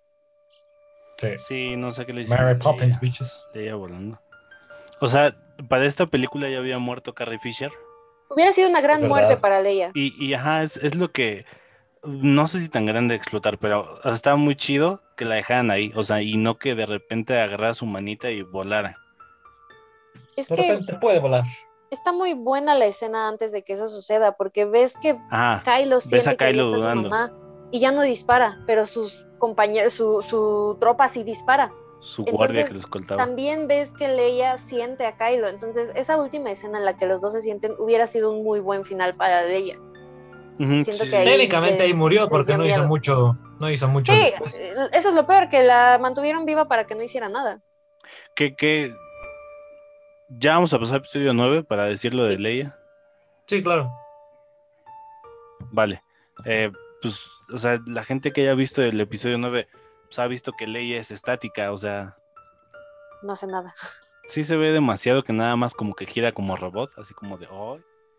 Sí. Sí, no sé qué le hicieron Mary a Poppins, Leia. bitches. Leia volando. O sea, para esta película ya había muerto Carrie Fisher. Hubiera sido una Es gran muerte verdad. para Leia. Y, y ajá, es, es lo que no sé si tan grande de explotar, pero o sea, estaba muy chido que la dejaran ahí, o sea, y no que de repente agarrara su manita y volara. Es De que repente puede volar. está muy buena la escena antes de que eso suceda, porque ves que Ajá, Kylo ves a siente que ahí Kylo está su dudando, mamá y ya no dispara, pero sus compañeros, su, su tropa sí dispara. su guardia que Entonces lo escoltaba. también ves que Leia siente a Kylo. Entonces esa última escena en la que los dos se sienten hubiera sido un muy buen final para Leia. Ujú, Siento sí, que sí, sí. ahí Técnicamente ahí les, murió les porque dio no hizo miedo. mucho, no hizo Sí, mucho después. eso es lo peor, que la mantuvieron viva para que no hiciera nada. Que, que ya vamos a pasar al episodio nueve para decirlo de Sí. Leia. Sí, claro. Vale. Eh, pues, o sea, la gente que haya visto el episodio nueve pues, ha visto que Leia es estática, o sea, No sé nada. sí se ve demasiado que nada más como que gira como robot, así como de, oh.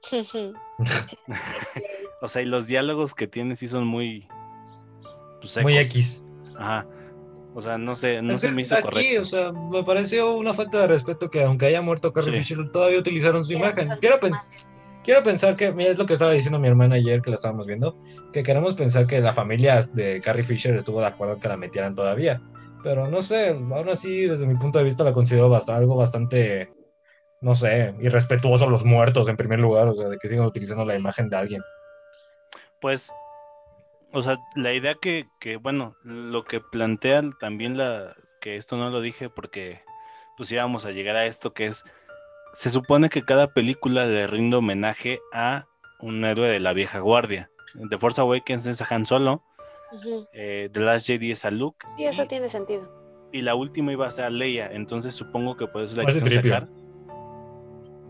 O sea, y los diálogos que tiene sí son muy pues, Muy secos. X. Ajá. O sea, no sé, no Es que se me hizo aquí, o correcto. sea, me pareció una falta de respeto que aunque haya muerto Carrie Sí. Fisher, todavía utilizaron su Quieras imagen. usar su Quiero, pen- imagen. quiero pensar que, mira, es lo que estaba diciendo mi hermana ayer que la estábamos viendo, que queremos pensar que la familia de Carrie Fisher estuvo de acuerdo en que la metieran todavía. Pero no sé, aún así, desde mi punto de vista, la considero bastante, algo bastante, no sé, irrespetuoso a los muertos en primer lugar, o sea, de que sigan utilizando la imagen de alguien. Pues, o sea, la idea que, que, bueno, lo que plantean también la, que esto no lo dije porque pues íbamos a llegar a esto que es, se supone que cada película le rinde homenaje a un héroe de la vieja guardia. The Force Awakens es a Han Solo, Ujú. eh, The Last Jedi es a Luke Sí, eso y, tiene sentido. y la última iba a ser a Leia, entonces supongo que por eso la Parece quisieron tripio. sacar.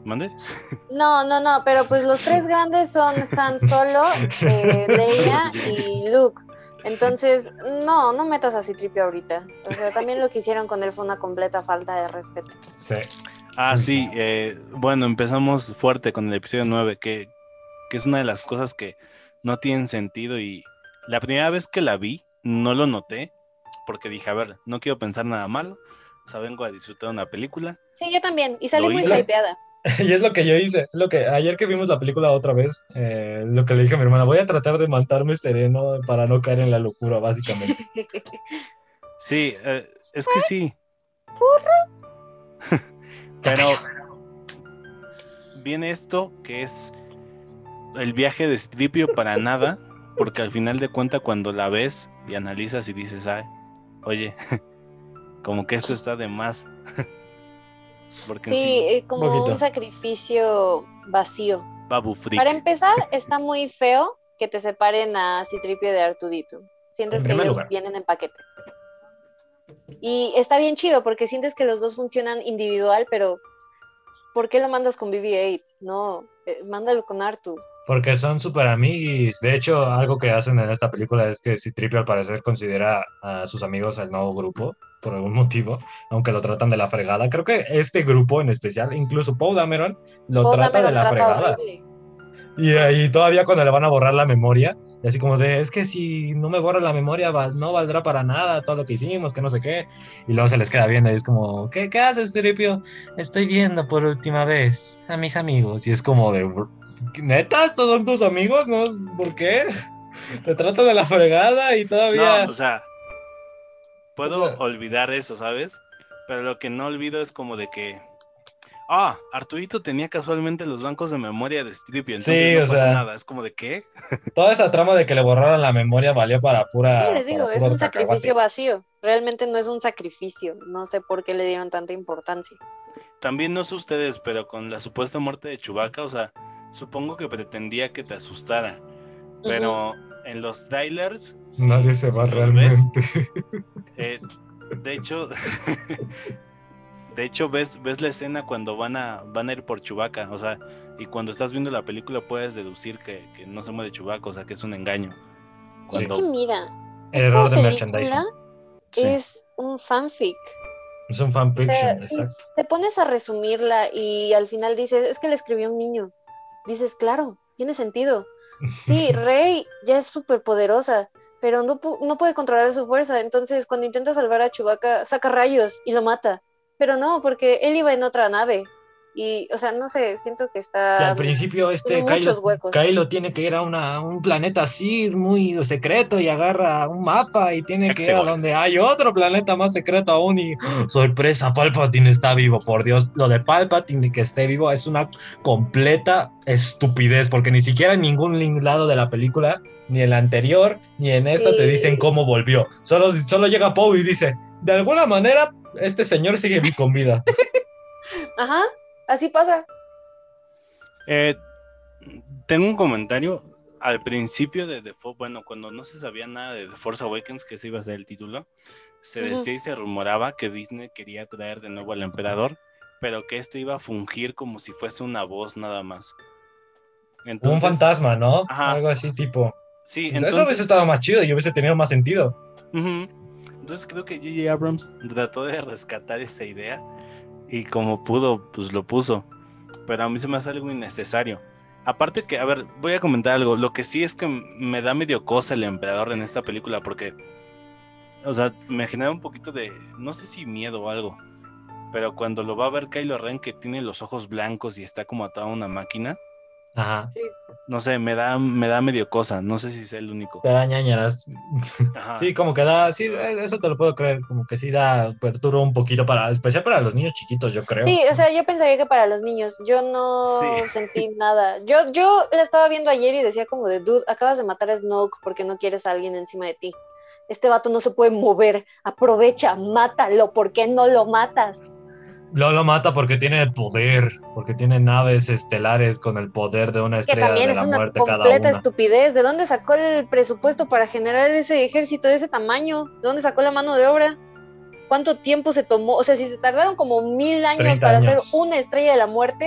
¿Mande? No, no, no, pero pues los tres grandes son Han Solo, eh, Leia y Luke. Entonces, no, no metas a Citripio ahorita. O sea, también lo que hicieron con él fue una completa falta de respeto. Sí. Ah, sí, eh, bueno, empezamos fuerte con el episodio nueve, que, que es una de las cosas que no tienen sentido, y la primera vez que la vi no lo noté, porque dije, a ver, no quiero pensar nada malo, o sea, vengo a disfrutar una película. Sí, yo también, y salí Lo muy hice. hypeada. Y es lo que yo hice, lo que ayer que vimos la película otra vez, eh, lo que le dije a mi hermana, voy a tratar de mantenerme sereno para no caer en la locura, básicamente. Sí, eh, es que sí. Pero viene esto que es el viaje de Citripio para nada, porque al final de cuentas cuando la ves y analizas y dices, ay, oye, como que esto está de más. Porque en Sí, sí, eh, como Poquito. un sacrificio vacío. Babu Freak. Para empezar, está muy feo que te separen a Citripio de Artudito. Sientes En que primer ellos lugar. vienen en paquete. Y está bien chido porque sientes que los dos funcionan individual, pero ¿por qué lo mandas con B B ocho? No, eh, mándalo con Artu. Porque son súper amiguis. De hecho, algo que hacen en esta película es que Citripio al parecer considera a sus amigos el nuevo grupo, por algún motivo, aunque lo tratan de la fregada. Creo que este grupo en especial, incluso Poe Dameron, lo Paul trata de Dameron la trata fregada. horrible. Y ahí todavía cuando le van a borrar la memoria, y así como de, es que si no me borra la memoria, val- no valdrá para nada todo lo que hicimos, que no sé qué. Y luego se les queda viendo y es como, ¿qué, qué haces, Citripio? Estoy viendo por última vez a mis amigos. Y es como de, ¿neta? ¿Estos son tus amigos? ¿No? ¿Por qué? Te tratan de la fregada y No, todavía... o sea, puedo O sea- olvidar eso, ¿sabes? Pero lo que no olvido es como de que, ah, Arturito tenía casualmente los bancos de memoria de Citripio, entonces Sí, no o pasó sea, nada. Es como de, ¿qué? toda esa trama de que le borraran la memoria valió para Sí, pura, les para digo, es puro un sacrificio cacahuate. vacío. Realmente no es un sacrificio. No sé por qué le dieron tanta importancia. También no sé ustedes, pero con la supuesta muerte de Chewbacca, o sea, supongo que pretendía que te asustara, pero en los trailers, Nadie si, se si va los ves, realmente. eh, de hecho, de hecho ves, ves la escena cuando van a, van a ir por Chewbacca, o sea, y cuando estás viendo la película puedes deducir que, que no se muere Chewbacca, o sea, que es un engaño. Es Cuando, que mira, Error esta de película merchandising. sí, es un fanfic. Es un O fanfiction, sea, si exacto. te pones a resumirla y al final dices, es que la escribió un niño. Dices, claro, tiene sentido. Sí, Rey ya es súper poderosa, pero no, pu- no puede controlar su fuerza. Entonces, cuando intenta salvar a Chewbacca, saca rayos y lo mata. Pero no, porque él iba en otra nave. Y, o sea, no sé, siento que Y al está. principio Tiene este Kylo, muchos huecos. Kylo tiene que ir a una, un planeta así, es muy secreto y agarra un mapa y tiene que ir a Exegol. donde hay otro planeta más secreto aún y ¡oh! Sorpresa, Palpatine está vivo, por Dios, lo de Palpatine que esté vivo es una completa estupidez porque ni siquiera en ningún lado de la película, ni en la anterior, ni en esta te dicen Sí. cómo volvió, solo, solo llega Poe y dice, de alguna manera este señor sigue con vida. Ajá, así pasa. Eh, tengo un comentario. Al principio de The Force, bueno, cuando no se sabía nada de The Force Awakens, que ese iba a ser el título, se Ujú. decía y se rumoraba que Disney quería traer de nuevo al emperador, pero que este iba a fungir como si fuese una voz nada más. Un Entonces, fantasma, ¿no? ajá, Algo así tipo... sí, Pues eso hubiese entonces, estado más chido y hubiese tenido más sentido. ujú. Entonces creo que J J Abrams trató de rescatar esa idea y como pudo, pues lo puso, pero a mí se me hace algo innecesario. Aparte que, a ver, voy a comentar algo. Lo que sí es que me da medio cosa el emperador en esta película porque, o sea, me genera un poquito de, no sé si miedo o algo, pero cuando lo va a ver Kylo Ren que tiene los ojos blancos y está como atado a una máquina, Ajá. Sí. no sé, me da, me da medio cosa. No sé si es el único. Te da ñañaras. Ajá. Sí, como que da, sí, eso te lo puedo creer, como que sí da, perturba un poquito para, especial para los niños chiquitos, yo creo. Sí, o sea, yo pensaría que para los niños, yo Sí. no sentí nada. Yo, yo la estaba viendo ayer y decía como de, dude, acabas de matar a Snoke porque no quieres a alguien encima de ti. Este vato no se puede mover, aprovecha, mátalo, ¿por qué no lo matas? Lo lo mata porque tiene el poder, porque tiene naves estelares con el poder de una Que estrella también de es la una muerte cada completa una. estupidez. ¿De dónde sacó el presupuesto para generar ese ejército de ese tamaño? ¿De dónde sacó la mano de obra? ¿Cuánto tiempo se tomó? O sea, si se tardaron como mil años treinta para hacer años. una estrella de la muerte,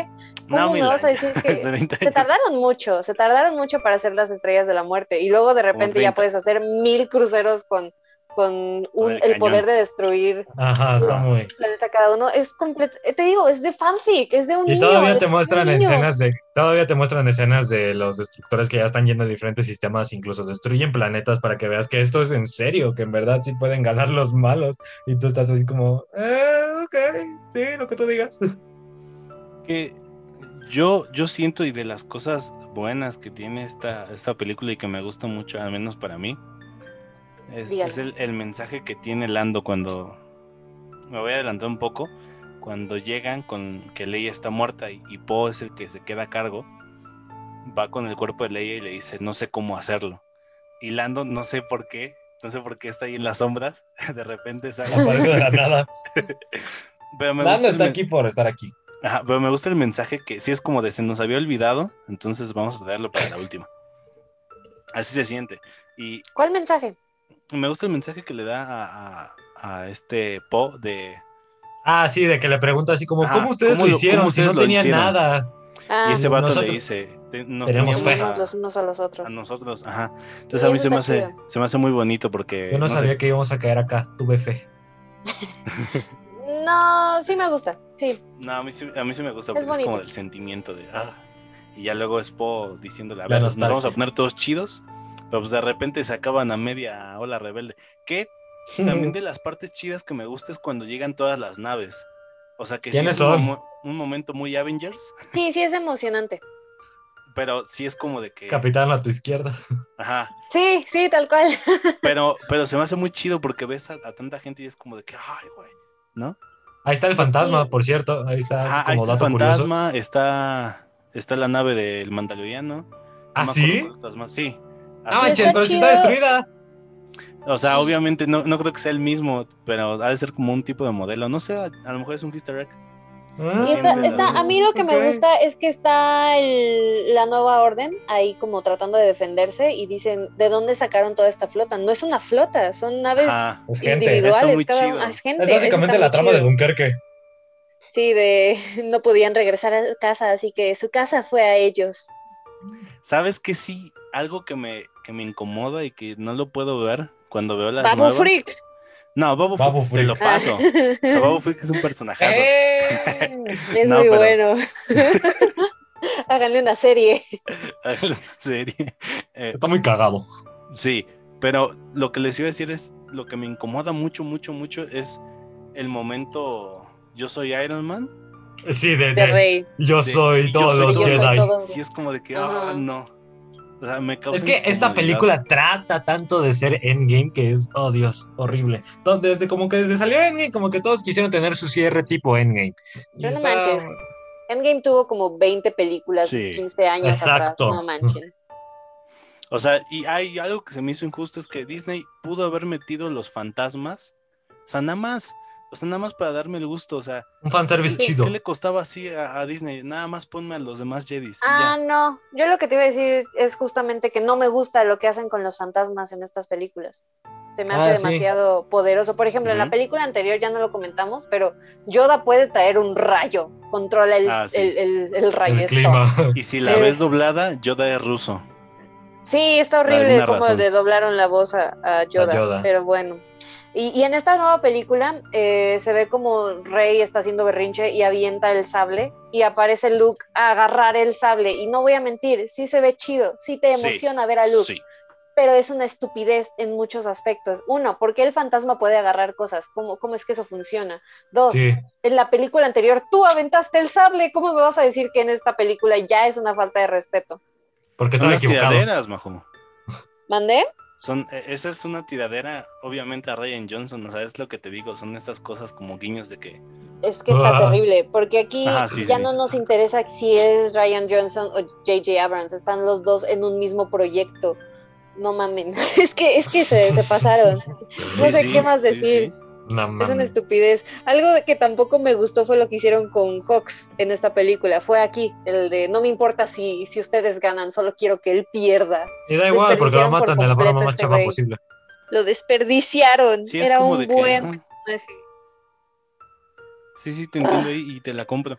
¿Cómo No, me mil vas a años. decir que treinta se años. tardaron mucho, se tardaron mucho para hacer las estrellas de la muerte y luego de repente ya treinta. puedes hacer mil cruceros con, con un, Con el el poder cañón. de destruir Ajá, está Ah. muy... un planeta cada uno? Es completo, te digo, es de fanfic, es de un Y niño. todavía de te un muestran niño. escenas de, todavía te muestran escenas de los destructores que ya están yendo a diferentes sistemas, incluso destruyen planetas para que veas que esto es en serio, que en verdad sí pueden ganar los malos. Y tú estás así como, eh, ok, sí, lo que tú digas. Que yo, yo siento y de las cosas buenas que tiene esta, esta película y que me gusta mucho, al menos para mí, es, Dígalo. es el, el mensaje que tiene Lando cuando, me voy a adelantar un poco, cuando llegan con que Leia está muerta y, y Poe es el que se queda a cargo, va con el cuerpo de Leia y le dice, no sé cómo hacerlo. Y Lando, no sé por qué, no sé por qué está ahí en las sombras, de repente sale. Aparece de la nada. Pero me Lando gusta el está men- aquí por estar aquí. Ajá, pero me gusta el mensaje que sí es como de se nos había olvidado, entonces vamos a traerlo para la última. Así se siente. Y ¿Cuál mensaje? me gusta el mensaje que le da a, a- a este Poe de, Ah, sí, de que le pregunta así como, ¿cómo ajá, ustedes ¿cómo lo lo, cómo hicieron si ustedes no lo tenían hicieron? nada? Y Ah, ese Y vato le nosotros dice, "Te- nos tenemos teníamos fe. unirnos a, los unos a los a otros. nosotros, ajá. Entonces Y a mí eso se me está hace, chido. se me hace muy bonito Yo porque, no no sabía sé, que íbamos a caer acá, tuve fe. No, sí me gusta, sí, no, a mí, sí, a mí sí me gusta es porque es como bonito. del sentimiento de, ah. Y ya luego es Poe diciéndole, a La ver, nos vamos a nostalgia. poner todos chidos, pero pues de repente se acaban a media ola rebelde. Que también de las partes chidas que me gusta es cuando llegan todas las naves. O sea que sí es ¿Quiénes un, son? momo- un momento muy Avengers, Sí, sí es emocionante. pero sí es como de que, Capitán a tu izquierda. ajá, Sí, sí, tal cual. pero, pero se me hace muy chido porque ves a, a tanta gente y es como de que, ay, güey, ¿no? Ahí está el No- fantasma, Sí, por cierto. Ahí está Ajá, ahí como está el dato curioso. fantasma, está, está la nave del Mandaloriano, no ¿Ah, me acuerdo sí? cuál otras más, sí, No y hasta manches, está con, pero si está chido. destruida. o sea, obviamente no, no creo que sea el mismo, pero ha de ser como un tipo de modelo, no sé, a, a lo mejor es un Easter egg, Y así está, entre las está, a dos. Ah, mí lo que ok. me gusta es que está el- la nueva orden ahí como tratando de defenderse y dicen, ¿de dónde sacaron toda esta flota? No es una flota, son naves Ajá, Es gente. está individuales, muy cada una chido. es Es gente, eso está básicamente muy la trama de chido. Dunkerque. Sí, de no podían regresar a casa, así que su casa fue a ellos. ¿Sabes qué sí? Algo que me, que me incomoda y que no lo puedo ver cuando veo las Babu nuevas. Freak. No, Babu Babu Frick te lo Freak. Ah. paso. O sea, Babu Frick es un personajazo. ¡Eh! Es No, muy pero bueno. Háganle una serie. la serie. eh, Está muy cagado. sí, pero lo que les iba a decir es lo que me incomoda mucho, mucho, mucho es el momento yo soy Iron Man Sí, de, De de Rey. yo de soy y yo todos soy De los yo todo lo soy Jedi. todo. sí es como de que ah Ajá. no. O sea, me causa Es que esta incomodidad. película trata tanto de ser Endgame que es, oh Dios, horrible. Entonces, desde como que desde salió Endgame, como que todos quisieron tener su cierre tipo Endgame. Y Pero no está manches. Endgame tuvo como veinte películas Sí. quince años atrás. exacto. No manchen. O sea, y hay algo que se me hizo injusto es que Disney pudo haber metido los fantasmas, o sea, nada más, o sea, nada más para darme el gusto, o sea, Un fanservice ¿qué, Sí. qué chido. le costaba así a, a Disney? Nada más ponme a los demás Jedis y Ah, ya. no. Yo lo que te iba a decir es justamente que no me gusta lo que hacen con los fantasmas en estas películas. Se me hace Ah, sí. demasiado poderoso. Por ejemplo, en la Ujú. película anterior ya no lo comentamos, pero Yoda puede traer un rayo. Controla el, Ah, sí. el, el, el rayo. El Es clima. Y si la Eh, ves doblada, Yoda es ruso, Sí, está por horrible alguna como razón. le doblaron la voz a, a Yoda, Yoda. pero bueno. Y, y en esta nueva película eh, se ve como Rey está haciendo berrinche y avienta el sable y aparece Luke a agarrar el sable. Y no voy a mentir, sí se ve chido, sí te Sí, emociona ver a Luke, sí. pero es una estupidez en muchos aspectos. Uno, ¿por qué el fantasma puede agarrar cosas? ¿Cómo, cómo es que eso funciona? Dos, Sí. en la película anterior tú aventaste el sable, ¿cómo me vas a decir que en esta película ya es una falta de respeto? Porque Son estaba las equivocado. tiraderas, majo. ¿Mandé? Son, e- esa es una tiradera, obviamente, a Ryan Johnson, o sea, es lo que te digo, son estas cosas como guiños de que, Es que está Ah, terrible, porque aquí ajá, sí, ya sí, no nos interesa si es Ryan Johnson o J J Abrams, están los dos en un mismo proyecto. No mamen, es que, es que se, se pasaron. No sí, sé sí, qué más sí, decir. sí. no Es una mames. estupidez. Algo de que tampoco me gustó fue lo que hicieron con Hawks en esta película. Fue aquí, el de no me importa si, si ustedes ganan, solo quiero que él pierda. Y da igual, porque lo Desperdiciaron por matan de la forma completo a más este chafa güey. posible. Lo desperdiciaron. Sí, es Era como un de que, buen ajá, personaje. sí, sí, te entiendo y, y te la compro.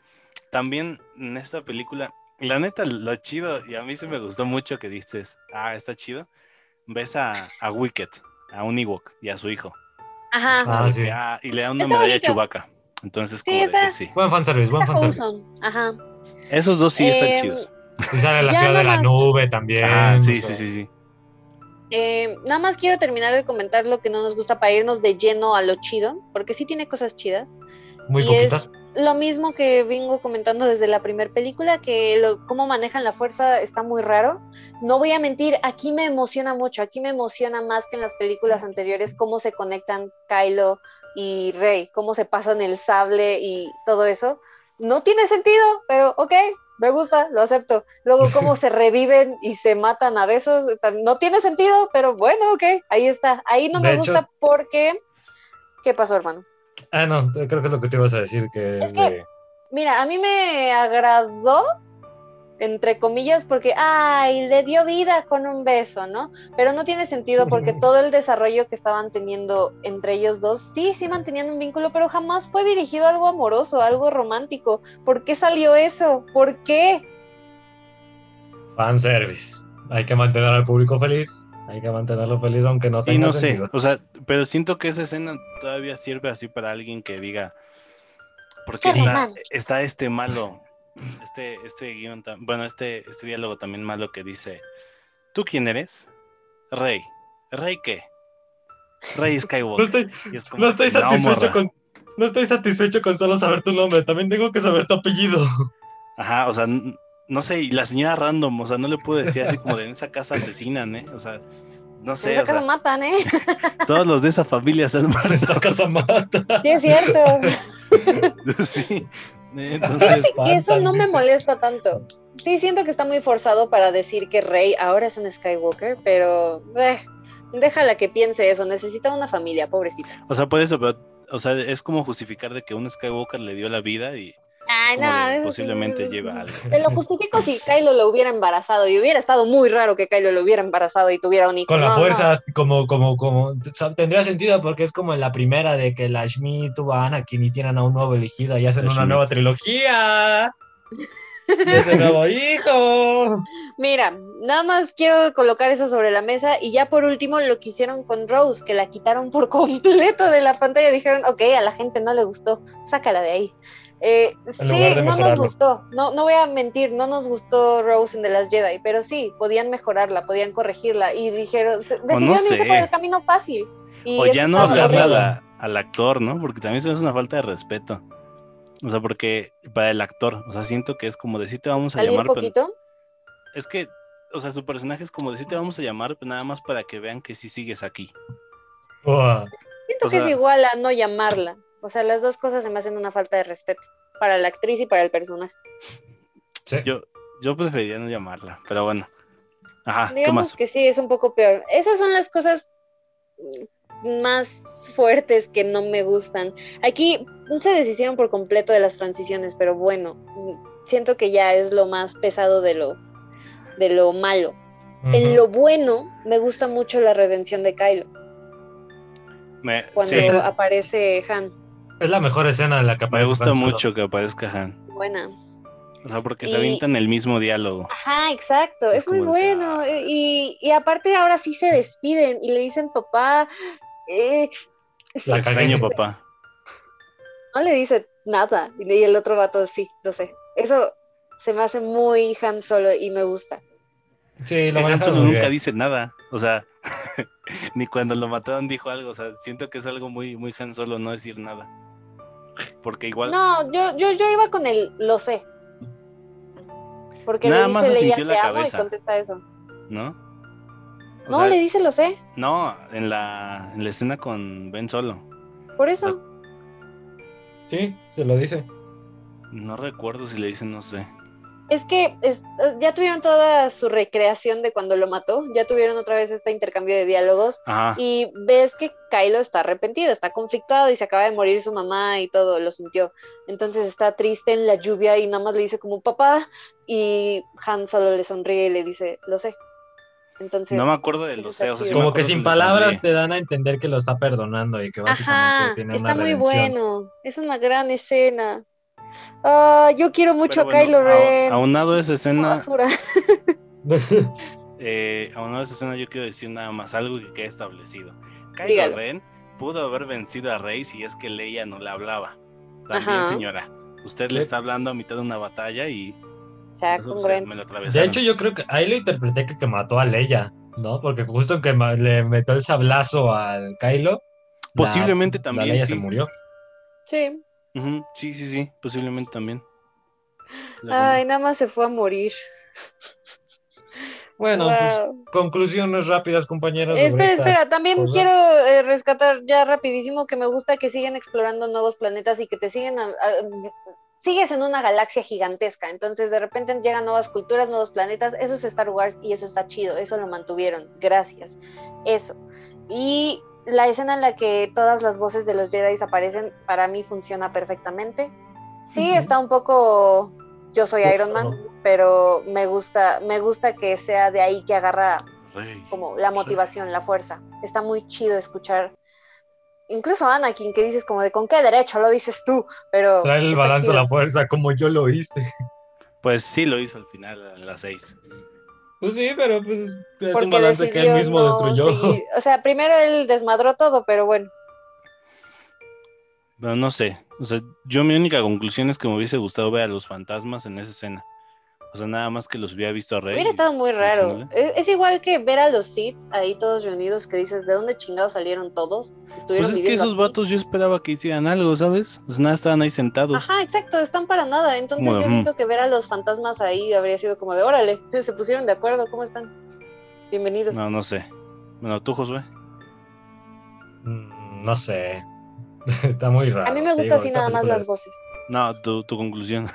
también en esta película, la neta, lo chido, y a mí sí me gustó mucho que dices, ah, está chido, ves a, a Wicket, a un Ewok y a su hijo. Ajá. Como Ah, de sí. que, ah, y le dan una Está medalla a bonito. Chewbacca. Entonces, Sí, como de que está, sí. Buen fanservice, buen está fanservice. wholesome. Ajá. Esos dos sí están Em, chidos. Y sale la Ya ciudad de la nomás. nube también. Ajá, o sí, sea, sí, sí, sí. Eh, nada más quiero terminar de comentar lo que no nos gusta para irnos de lleno a lo chido, porque sí tiene cosas chidas. Muy Y es poquitas. lo mismo que vengo comentando desde la primera película, que lo, cómo manejan la fuerza está muy raro. No voy a mentir, aquí me emociona mucho, aquí me emociona más que en las películas anteriores cómo se conectan Kylo y Rey, cómo se pasan el sable y todo eso. No tiene sentido, pero ok, me gusta, lo acepto. Luego cómo se reviven y se matan a besos, no tiene sentido, pero bueno, ok, ahí está. Ahí no De me hecho, gusta porque... ¿Qué pasó, hermano? ah, no, te- creo que es lo que te ibas a decir, que Es es que de... Mira, a mí me agradó, entre comillas, porque, ay, le dio vida con un beso, ¿no? Pero no tiene sentido porque todo el desarrollo que estaban teniendo entre ellos dos, sí, sí mantenían un vínculo, pero jamás fue dirigido a algo amoroso, a algo romántico. ¿Por qué salió eso? ¿Por qué? Fanservice. Hay que mantener al público feliz. Hay que mantenerlo feliz aunque no Sí, tenga no sé. sentido. O sea, pero siento que esa escena todavía sirve así para alguien que diga, porque Qué Sí, está, romántico. está este malo, este, este guión, tam- bueno, este, este diálogo también malo que dice, ¿tú quién eres? Rey. ¿Rey qué? Rey no Skywalker. estoy, Y es como no de que estoy no, satisfecho morra. con, no estoy satisfecho con solo saber tu nombre, también tengo que saber tu apellido. Ajá, o sea, n- no sé, y la señora random, o sea, no le puedo decir así como de en esa casa asesinan, ¿eh? O sea, no En sé, esa o casa sea, matan, ¿eh? todos los de esa familia se han En esa muerto. casa mata. Sí, es cierto. Sí, Las entonces, Fíjate que eso espantan, no me dice. molesta tanto. Sí, siento que está muy forzado para decir que Rey ahora es un Skywalker, pero eh, déjala que piense eso. Necesita una familia, pobrecita. o sea, por eso, pero, o sea, es como justificar de que un Skywalker le dio la vida y es Ay, como no, de eso sí, posiblemente lleva algo. te lo justifico si Kylo lo hubiera embarazado y hubiera estado muy raro que Kylo lo hubiera embarazado y tuviera un hijo. Con la No, no. fuerza, como, como, como, o sea, tendría sentido porque es como en la primera de que la Shmi tuvo a Anakin y tienen a un nuevo elegido y hacen La una Schmidt. nueva trilogía de ese nuevo hijo. Mira, nada más quiero colocar eso sobre la mesa y ya por último lo que hicieron con Rose, que la quitaron por completo de la pantalla, dijeron, ok, a la gente no le gustó, sácala de ahí. Eh, En lugar sí, de no nos mejorarlo. gustó, no, no voy a mentir, no nos gustó Rose en The Last Jedi, pero sí, podían mejorarla, podían corregirla y dijeron, se- O no decidieron irse por el sé, camino fácil o y eso ya no No está hacer hablarle a horrible. nada. la, al actor, ¿no? Porque también eso es una falta de respeto. O sea, porque para el actor, o sea, siento que es como de sí te vamos a Salir llamar, pero poquito. es que, o sea, su personaje es como de sí te vamos a llamar, pero nada más para que vean que sí sigues aquí. Uah. Siento O que es sea, igual a no llamarla, o sea, las dos cosas se me hacen una falta de respeto para la actriz y para el personaje. Sí. yo, yo preferiría no llamarla, pero bueno. Ajá, ¿qué Digamos más? que sí, es un poco peor. Esas son las cosas mm, más fuertes que no me gustan. Aquí se deshicieron por completo de las transiciones, pero bueno, mm, siento que ya es lo más pesado de lo, de lo malo. En Ujú. lo bueno, me gusta mucho la redención de Kylo, Me, sí, cuando Esa aparece Han. es la mejor escena en la que me aparece gusta Han Solo. mucho que aparezca Han. Buena. O sea, porque se Y, avientan el mismo diálogo. ajá, exacto, Es es muy como de que, bueno. ah, Y, y aparte ahora sí se despiden y le dicen papá. Eh, te La sí, extraño, cagué. papá. no le dice nada. Y el otro vato sí, lo sé. Eso se me hace muy Han Solo y me gusta. Sí, Es lo que Han manejaron Solo muy nunca bien. dice nada. O sea, ni cuando lo mataron dijo algo. O sea, siento que es algo muy, muy Han Solo no decir nada. Porque igual, No, yo, yo, yo iba con el lo sé. Porque le nada más dice Leia asintió te la amo y cabeza, contesta eso. ¿no? O No, sea, le dice lo sé. no, en la, en la escena con Ben Solo. Por O sea, eso. Sí, se lo dice. no recuerdo si le dicen, no sé. Es que es- ya tuvieron toda su recreación de cuando lo mató, ya tuvieron otra vez este intercambio de diálogos Ajá. y ves que Kylo está arrepentido, está conflictuado y se acaba de morir su mamá y todo, lo sintió. Entonces está triste en la lluvia y nada más le dice como papá y Han solo le sonríe y le dice, lo sé. No me Entonces, acuerdo del eso lo está sé, o sea, sí me chido. Como que acuerdo que sin le palabras sonríe. te dan a entender que lo está perdonando y que básicamente Ajá, tiene una está muy redención. bueno, es una gran escena. Ah, yo quiero mucho Pero a bueno, Kylo Ren. a- aunado a esa escena, Basura. eh, aunado a esa escena, yo quiero decir nada más algo que quede establecido. Kylo Dígalo. Ren pudo haber vencido a Rey si es que Leia no le hablaba. También, Ajá. señora, usted Sí. le está hablando a mitad de una batalla y Sea eso se- congruente. me lo De atravesaron. hecho, yo creo que ahí lo interpreté que, que mató a Leia, ¿no? Porque justo que ma- le metió el sablazo al Kylo, la, Posiblemente la también, Leia se sí. murió. Sí. Ujú, sí, sí, sí, posiblemente también. La Ay, compro. nada más se fue a morir. Bueno, pues Wow. conclusiones rápidas, compañeros, sobre Espera, esta espera, también cosa. quiero eh, rescatar ya rapidísimo que me gusta que siguen explorando nuevos planetas y que te siguen, a- a- sigues en una galaxia gigantesca, entonces de repente llegan nuevas culturas, nuevos planetas, eso es Star Wars y eso está chido, eso lo mantuvieron, gracias, eso. Y la escena en la que todas las voces de los Jedi aparecen, para mí funciona perfectamente. Sí, Ujú. está un poco, yo soy Iron Man, Forzado. pero me gusta, me gusta que sea de ahí que agarra Rey. como la motivación, la fuerza. Está muy chido escuchar. Incluso Anakin, que dices como de con qué derecho lo dices tú, pero Trae el está balance a chido. la fuerza como yo lo hice. Pues sí lo hizo al final, a las seis. Pues sí, pero pues es un Porque balance que él decidió mismo no destruyó. seguir. O sea, primero él desmadró todo, pero bueno. Pero no sé. O sea, yo mi única conclusión es que me hubiese gustado ver a los fantasmas en esa escena. O sea, nada más que los hubiera visto a Rey. Hubiera estado muy raro. diciéndole. Es, es igual que ver a los Sith ahí todos reunidos que dices, ¿de dónde chingados salieron todos? Pues ¿Estuvieron es que viviendo esos aquí? vatos yo esperaba que hicieran algo, ¿sabes? Pues nada, estaban ahí sentados. Ajá, exacto, están para nada. Entonces Como, yo "Mm, siento que ver a los fantasmas ahí habría sido como de, órale, se pusieron de acuerdo, ¿cómo están? Bienvenidos. no, no sé. Bueno, tú, Josué. Mm, No sé. Está muy A mí raro. me Te gusta digo, así esta nada más película las es. voces. No, tu, tu conclusión.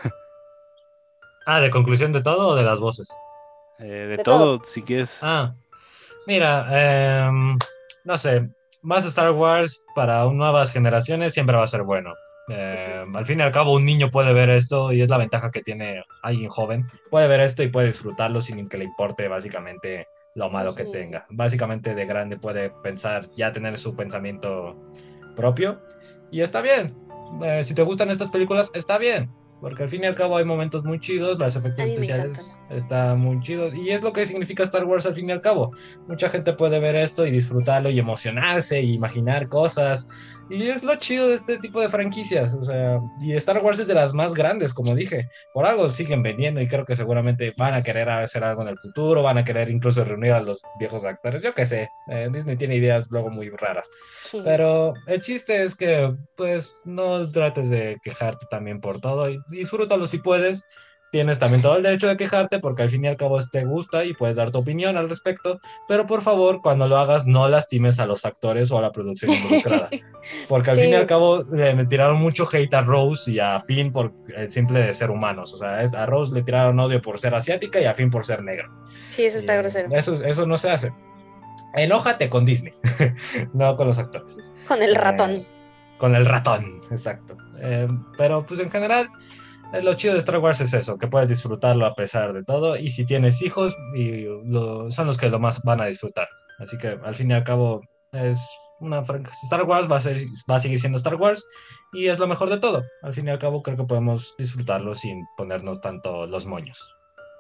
Ah, ¿de conclusión de todo o de las voces? Eh, de De todo. todo, si quieres. Ah, mira, em, no sé. Más Star Wars para nuevas generaciones siempre va a ser bueno. Em, al fin y al cabo, un niño puede ver esto y es la ventaja que tiene alguien joven. Puede ver esto y puede disfrutarlo sin que le importe básicamente lo malo que Ujú. tenga. Básicamente de grande puede pensar, ya tener su pensamiento propio y está bien. Eh, si te gustan estas películas, está bien. Porque al fin y al cabo hay momentos muy chidos, los efectos A mí me encantan. especiales están muy chidos y es lo que significa Star Wars al fin y al cabo. Mucha gente puede ver esto y disfrutarlo y emocionarse y imaginar cosas. Y es lo chido de este tipo de franquicias. O sea, y Star Wars es de las más grandes, como dije. Por algo siguen vendiendo y creo que seguramente van a querer hacer algo en el futuro, van a querer incluso reunir a los viejos actores. Yo qué sé, eh, Disney tiene ideas luego muy raras. Pero el chiste es que, pues, no trates de quejarte también por todo y disfrútalo si puedes. Tienes también todo el derecho de quejarte porque al fin y al cabo te gusta y puedes dar tu opinión al respecto, pero por favor, cuando lo hagas, no lastimes a los actores o a la producción involucrada. Porque al fin y al Sí, cabo le tiraron mucho hate a Rose y a Finn por el simple de ser humanos. O sea, a Rose le tiraron odio por ser asiática y a Finn por ser negro. sí, eso Y, está eh, grosero. eso, eso no se hace. Enójate con Disney, no con los actores. Con el Eh, ratón. con el ratón, exacto. Eh, pero pues en general, eh, lo chido de Star Wars es eso, que puedes disfrutarlo a pesar de todo. Y si tienes hijos, y lo, son los que lo más van a disfrutar. Así que al fin y al cabo es una franquicia. Star Wars va a, ser, va a seguir siendo Star Wars y es lo mejor de todo. Al fin y al cabo creo que podemos disfrutarlo sin ponernos tanto los moños.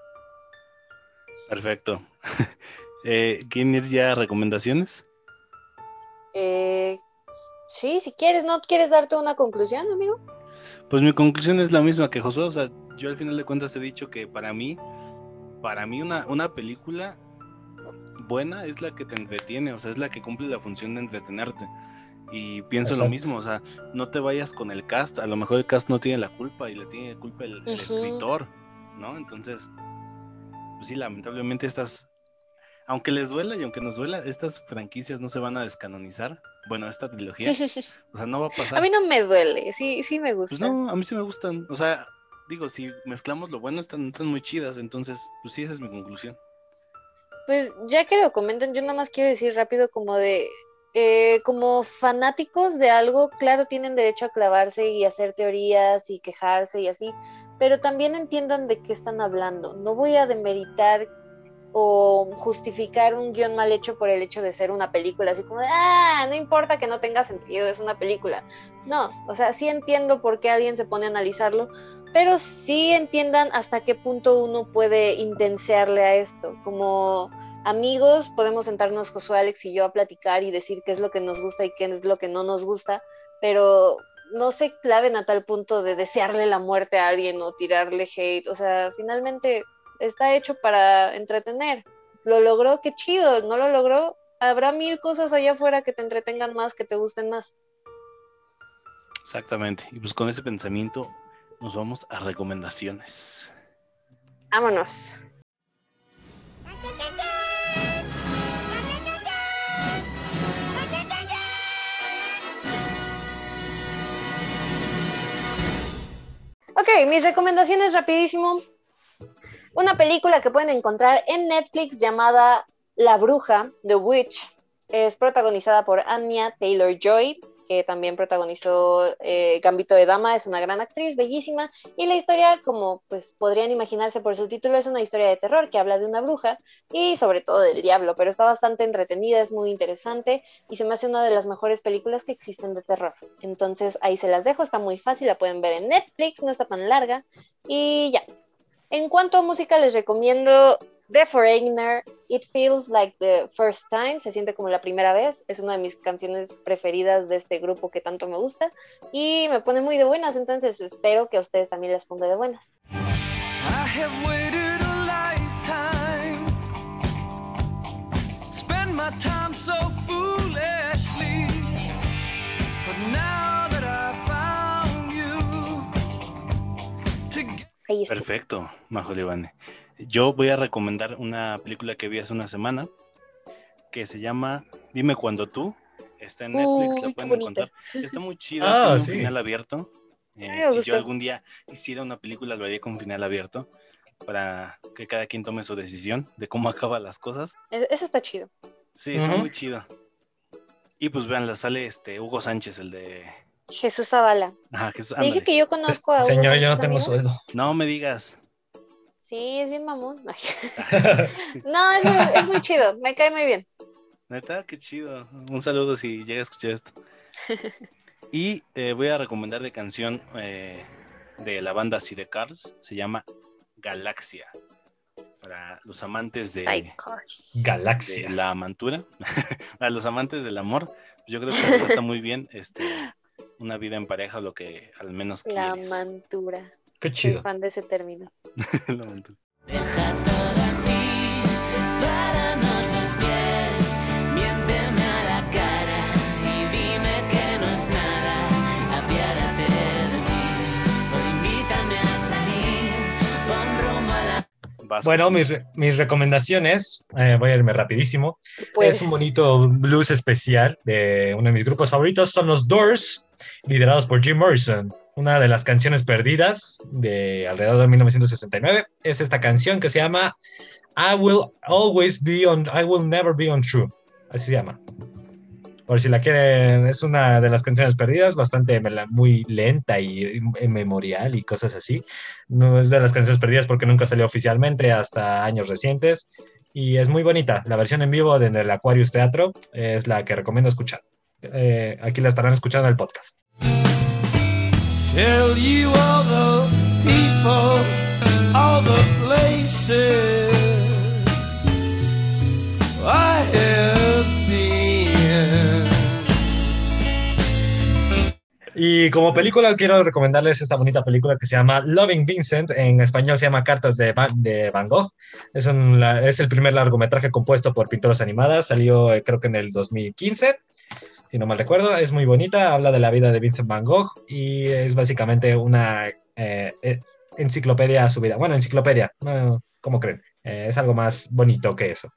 Perfecto. eh, ¿Quieren ir ya a recomendaciones? Eh, sí, si quieres, ¿no quieres darte una conclusión, amigo? Pues mi conclusión es la misma que Josué. O sea, yo al final de cuentas he dicho que para mí, para mí una, una película buena es la que te entretiene, o sea, es la que cumple la función de entretenerte. Y pienso lo Exacto. mismo, o sea, no te vayas con el cast, a lo mejor el cast no tiene la culpa y le tiene culpa el, el Ujú. escritor, ¿no? Entonces, pues sí, lamentablemente estas, aunque les duela y aunque nos duela, estas franquicias no se van a descanonizar. Bueno, esta trilogía, o sea, no va a A pasar. mí no me duele, sí, sí me Pues gusta. no, a mí sí me gustan, o sea, digo, si mezclamos lo bueno, están, están muy chidas, entonces, pues sí, esa es mi conclusión. Pues ya que lo comentan, yo nada más quiero decir rápido como de, eh, como fanáticos de algo, claro, tienen derecho a clavarse y hacer teorías y quejarse y así, pero también entiendan de qué están hablando. No voy a demeritar o justificar un guión mal hecho por el hecho de ser una película, así como de, ah, no importa que no tenga sentido, es una película. No, o sea, sí entiendo por qué alguien se pone a analizarlo, pero sí entiendan hasta qué punto uno puede intensearle a esto. Como amigos podemos sentarnos Josué, Alex y yo a platicar y decir qué es lo que nos gusta y qué es lo que no nos gusta, pero no se claven a tal punto de desearle la muerte a alguien o tirarle hate. O sea, finalmente está hecho para entretener. ¿Lo logró? Qué chido. ¿No lo logró? Habrá mil cosas allá afuera que te entretengan más, que te gusten más. Exactamente. Y pues con ese pensamiento nos vamos a recomendaciones. Vámonos. Ok, mis recomendaciones rapidísimo. Una película que pueden encontrar en Netflix llamada La Bruja, The Witch. Es protagonizada por Anya Taylor-Joy, que también protagonizó eh, Gambito de Dama. Es una gran actriz, bellísima. Y la historia, como pues podrían imaginarse por su título, es una historia de terror que habla de una bruja y sobre todo del diablo, pero está bastante entretenida, es muy interesante y se me hace una de las mejores películas que existen de terror. Entonces ahí se las dejo, está muy fácil, la pueden ver en Netflix, no está tan larga y ya. En cuanto a música, les recomiendo The Foreigner, It Feels Like the First Time, se siente como la primera vez, es una de mis canciones preferidas de este grupo que tanto me gusta y me pone muy de buenas, entonces espero que a ustedes también les ponga de buenas. I have waited a lifetime, spend my time so foolishly, but now that I found you, to... Ahí está. Perfecto, Majo Libane. Yo voy a recomendar una película que vi hace una semana que se llama Dime Cuando Tú. Está en Netflix, Uy, la qué pueden bonita. encontrar. Está muy chida, Ah, tiene un sí. final abierto. Eh, Ay, me si gustó. yo algún día hiciera una película, lo haría con final abierto para que cada quien tome su decisión de cómo acaban las cosas. Es- Eso está chido. Sí, está Ujú. muy chido. Y pues vean, sale este Hugo Sánchez, el de... Jesús Zavala. Ajá, Jesús, Te dije ándale. que yo conozco a Hugo Señor, yo no Sánchez, tengo amigo. sueldo. No me digas. Sí, es bien mamón. No, es muy, es muy chido, me cae muy bien. Neta, qué chido. Un saludo si llega a escuchar esto. Y eh, voy a recomendar de canción eh, de la banda Sidecars. Se llama Galaxia. Para los amantes de, Sidecars. de Galaxia. la amantura. Para los amantes del amor. Yo creo que retrata muy bien este, una vida en pareja, lo que al menos La quieres. mantura. Qué Soy chido. fan de ese término. La amantura. Deja todo así, páranos los pies, miénteme a la cara y dime que no es nada, apiádate de mí, o invítame a salir, pon rumbo a la... Vas, Bueno, José. mis, re- mis recomendaciones, eh, voy a irme rapidísimo. Pues, Es un bonito blues especial de uno de mis grupos favoritos, son los Doors, liderados por Jim Morrison. Una de las canciones perdidas de alrededor de mil novecientos sesenta y nueve es esta canción que se llama I Will Always Be On, I Will Never Be Untrue. Así se llama. Por si la quieren, es una de las canciones perdidas, bastante mela- muy lenta y, y memorial y cosas así. No es de las canciones perdidas porque nunca salió oficialmente hasta años recientes. Y es muy bonita. La versión en vivo en el Aquarius Teatro es la que recomiendo escuchar. Eh, aquí la estarán escuchando en el podcast. Tell you all the people, all the places I have been. Y como película quiero recomendarles esta bonita película que se llama Loving Vincent, en español se llama Cartas de Van, de Van Gogh. Es, un, la- es el primer largometraje compuesto por pinturas animadas, salió eh, creo que en el dos mil quince, si no mal recuerdo. Es muy bonita, habla de la vida de Vincent Van Gogh y es básicamente una eh, eh, enciclopedia a su vida. Bueno, enciclopedia, no, ¿cómo creen? Eh, es algo más bonito que eso.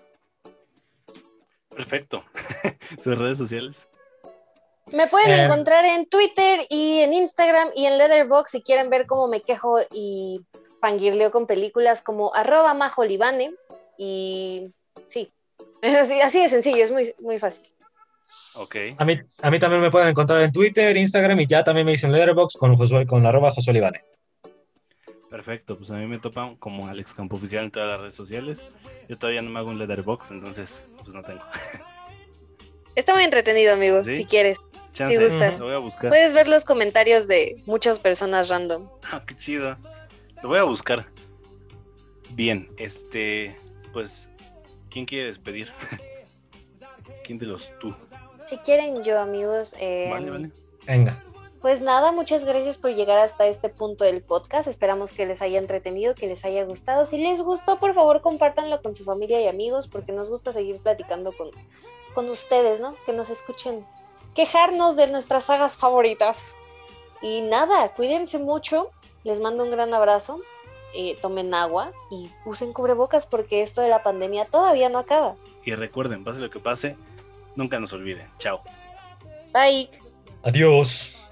Perfecto. Sus redes sociales. me pueden Eh. encontrar en Twitter y en Instagram y en Letterboxd si quieren ver cómo me quejo y fangirleo con películas como arroba majolibane. Y sí, es así, así de sencillo, es muy, muy fácil. Ok. A mí, a mí también me pueden encontrar en Twitter, Instagram y ya también me dicen Letterboxd con, Josué, con arroba Josué Libane. Perfecto, pues a mí me topan como Alex Campo Oficial en todas las redes sociales. Yo todavía no me hago un Letterboxd, entonces pues no tengo. Está muy entretenido, amigo, ¿Sí? si quieres. Chance, Si gustas. lo voy a buscar. Puedes ver los comentarios de muchas personas random. Ah, qué chido. Lo voy a buscar. Bien, este, pues, ¿quién quiere despedir? ¿Quién de los tú? Si quieren yo, amigos. eh, Vale, vale. Venga. Pues nada, muchas gracias por llegar hasta este punto del podcast. Esperamos que les haya entretenido, que les haya gustado. Si les gustó, por favor, compártanlo con su familia y amigos, porque nos gusta seguir platicando con, con ustedes, ¿no? Que nos escuchen quejarnos de nuestras sagas favoritas. Y nada, cuídense mucho. Les mando un gran abrazo. Eh, tomen agua y usen cubrebocas porque esto de la pandemia todavía no acaba. Y recuerden, pase lo que pase, nunca nos olviden. Chao. Bye. Adiós.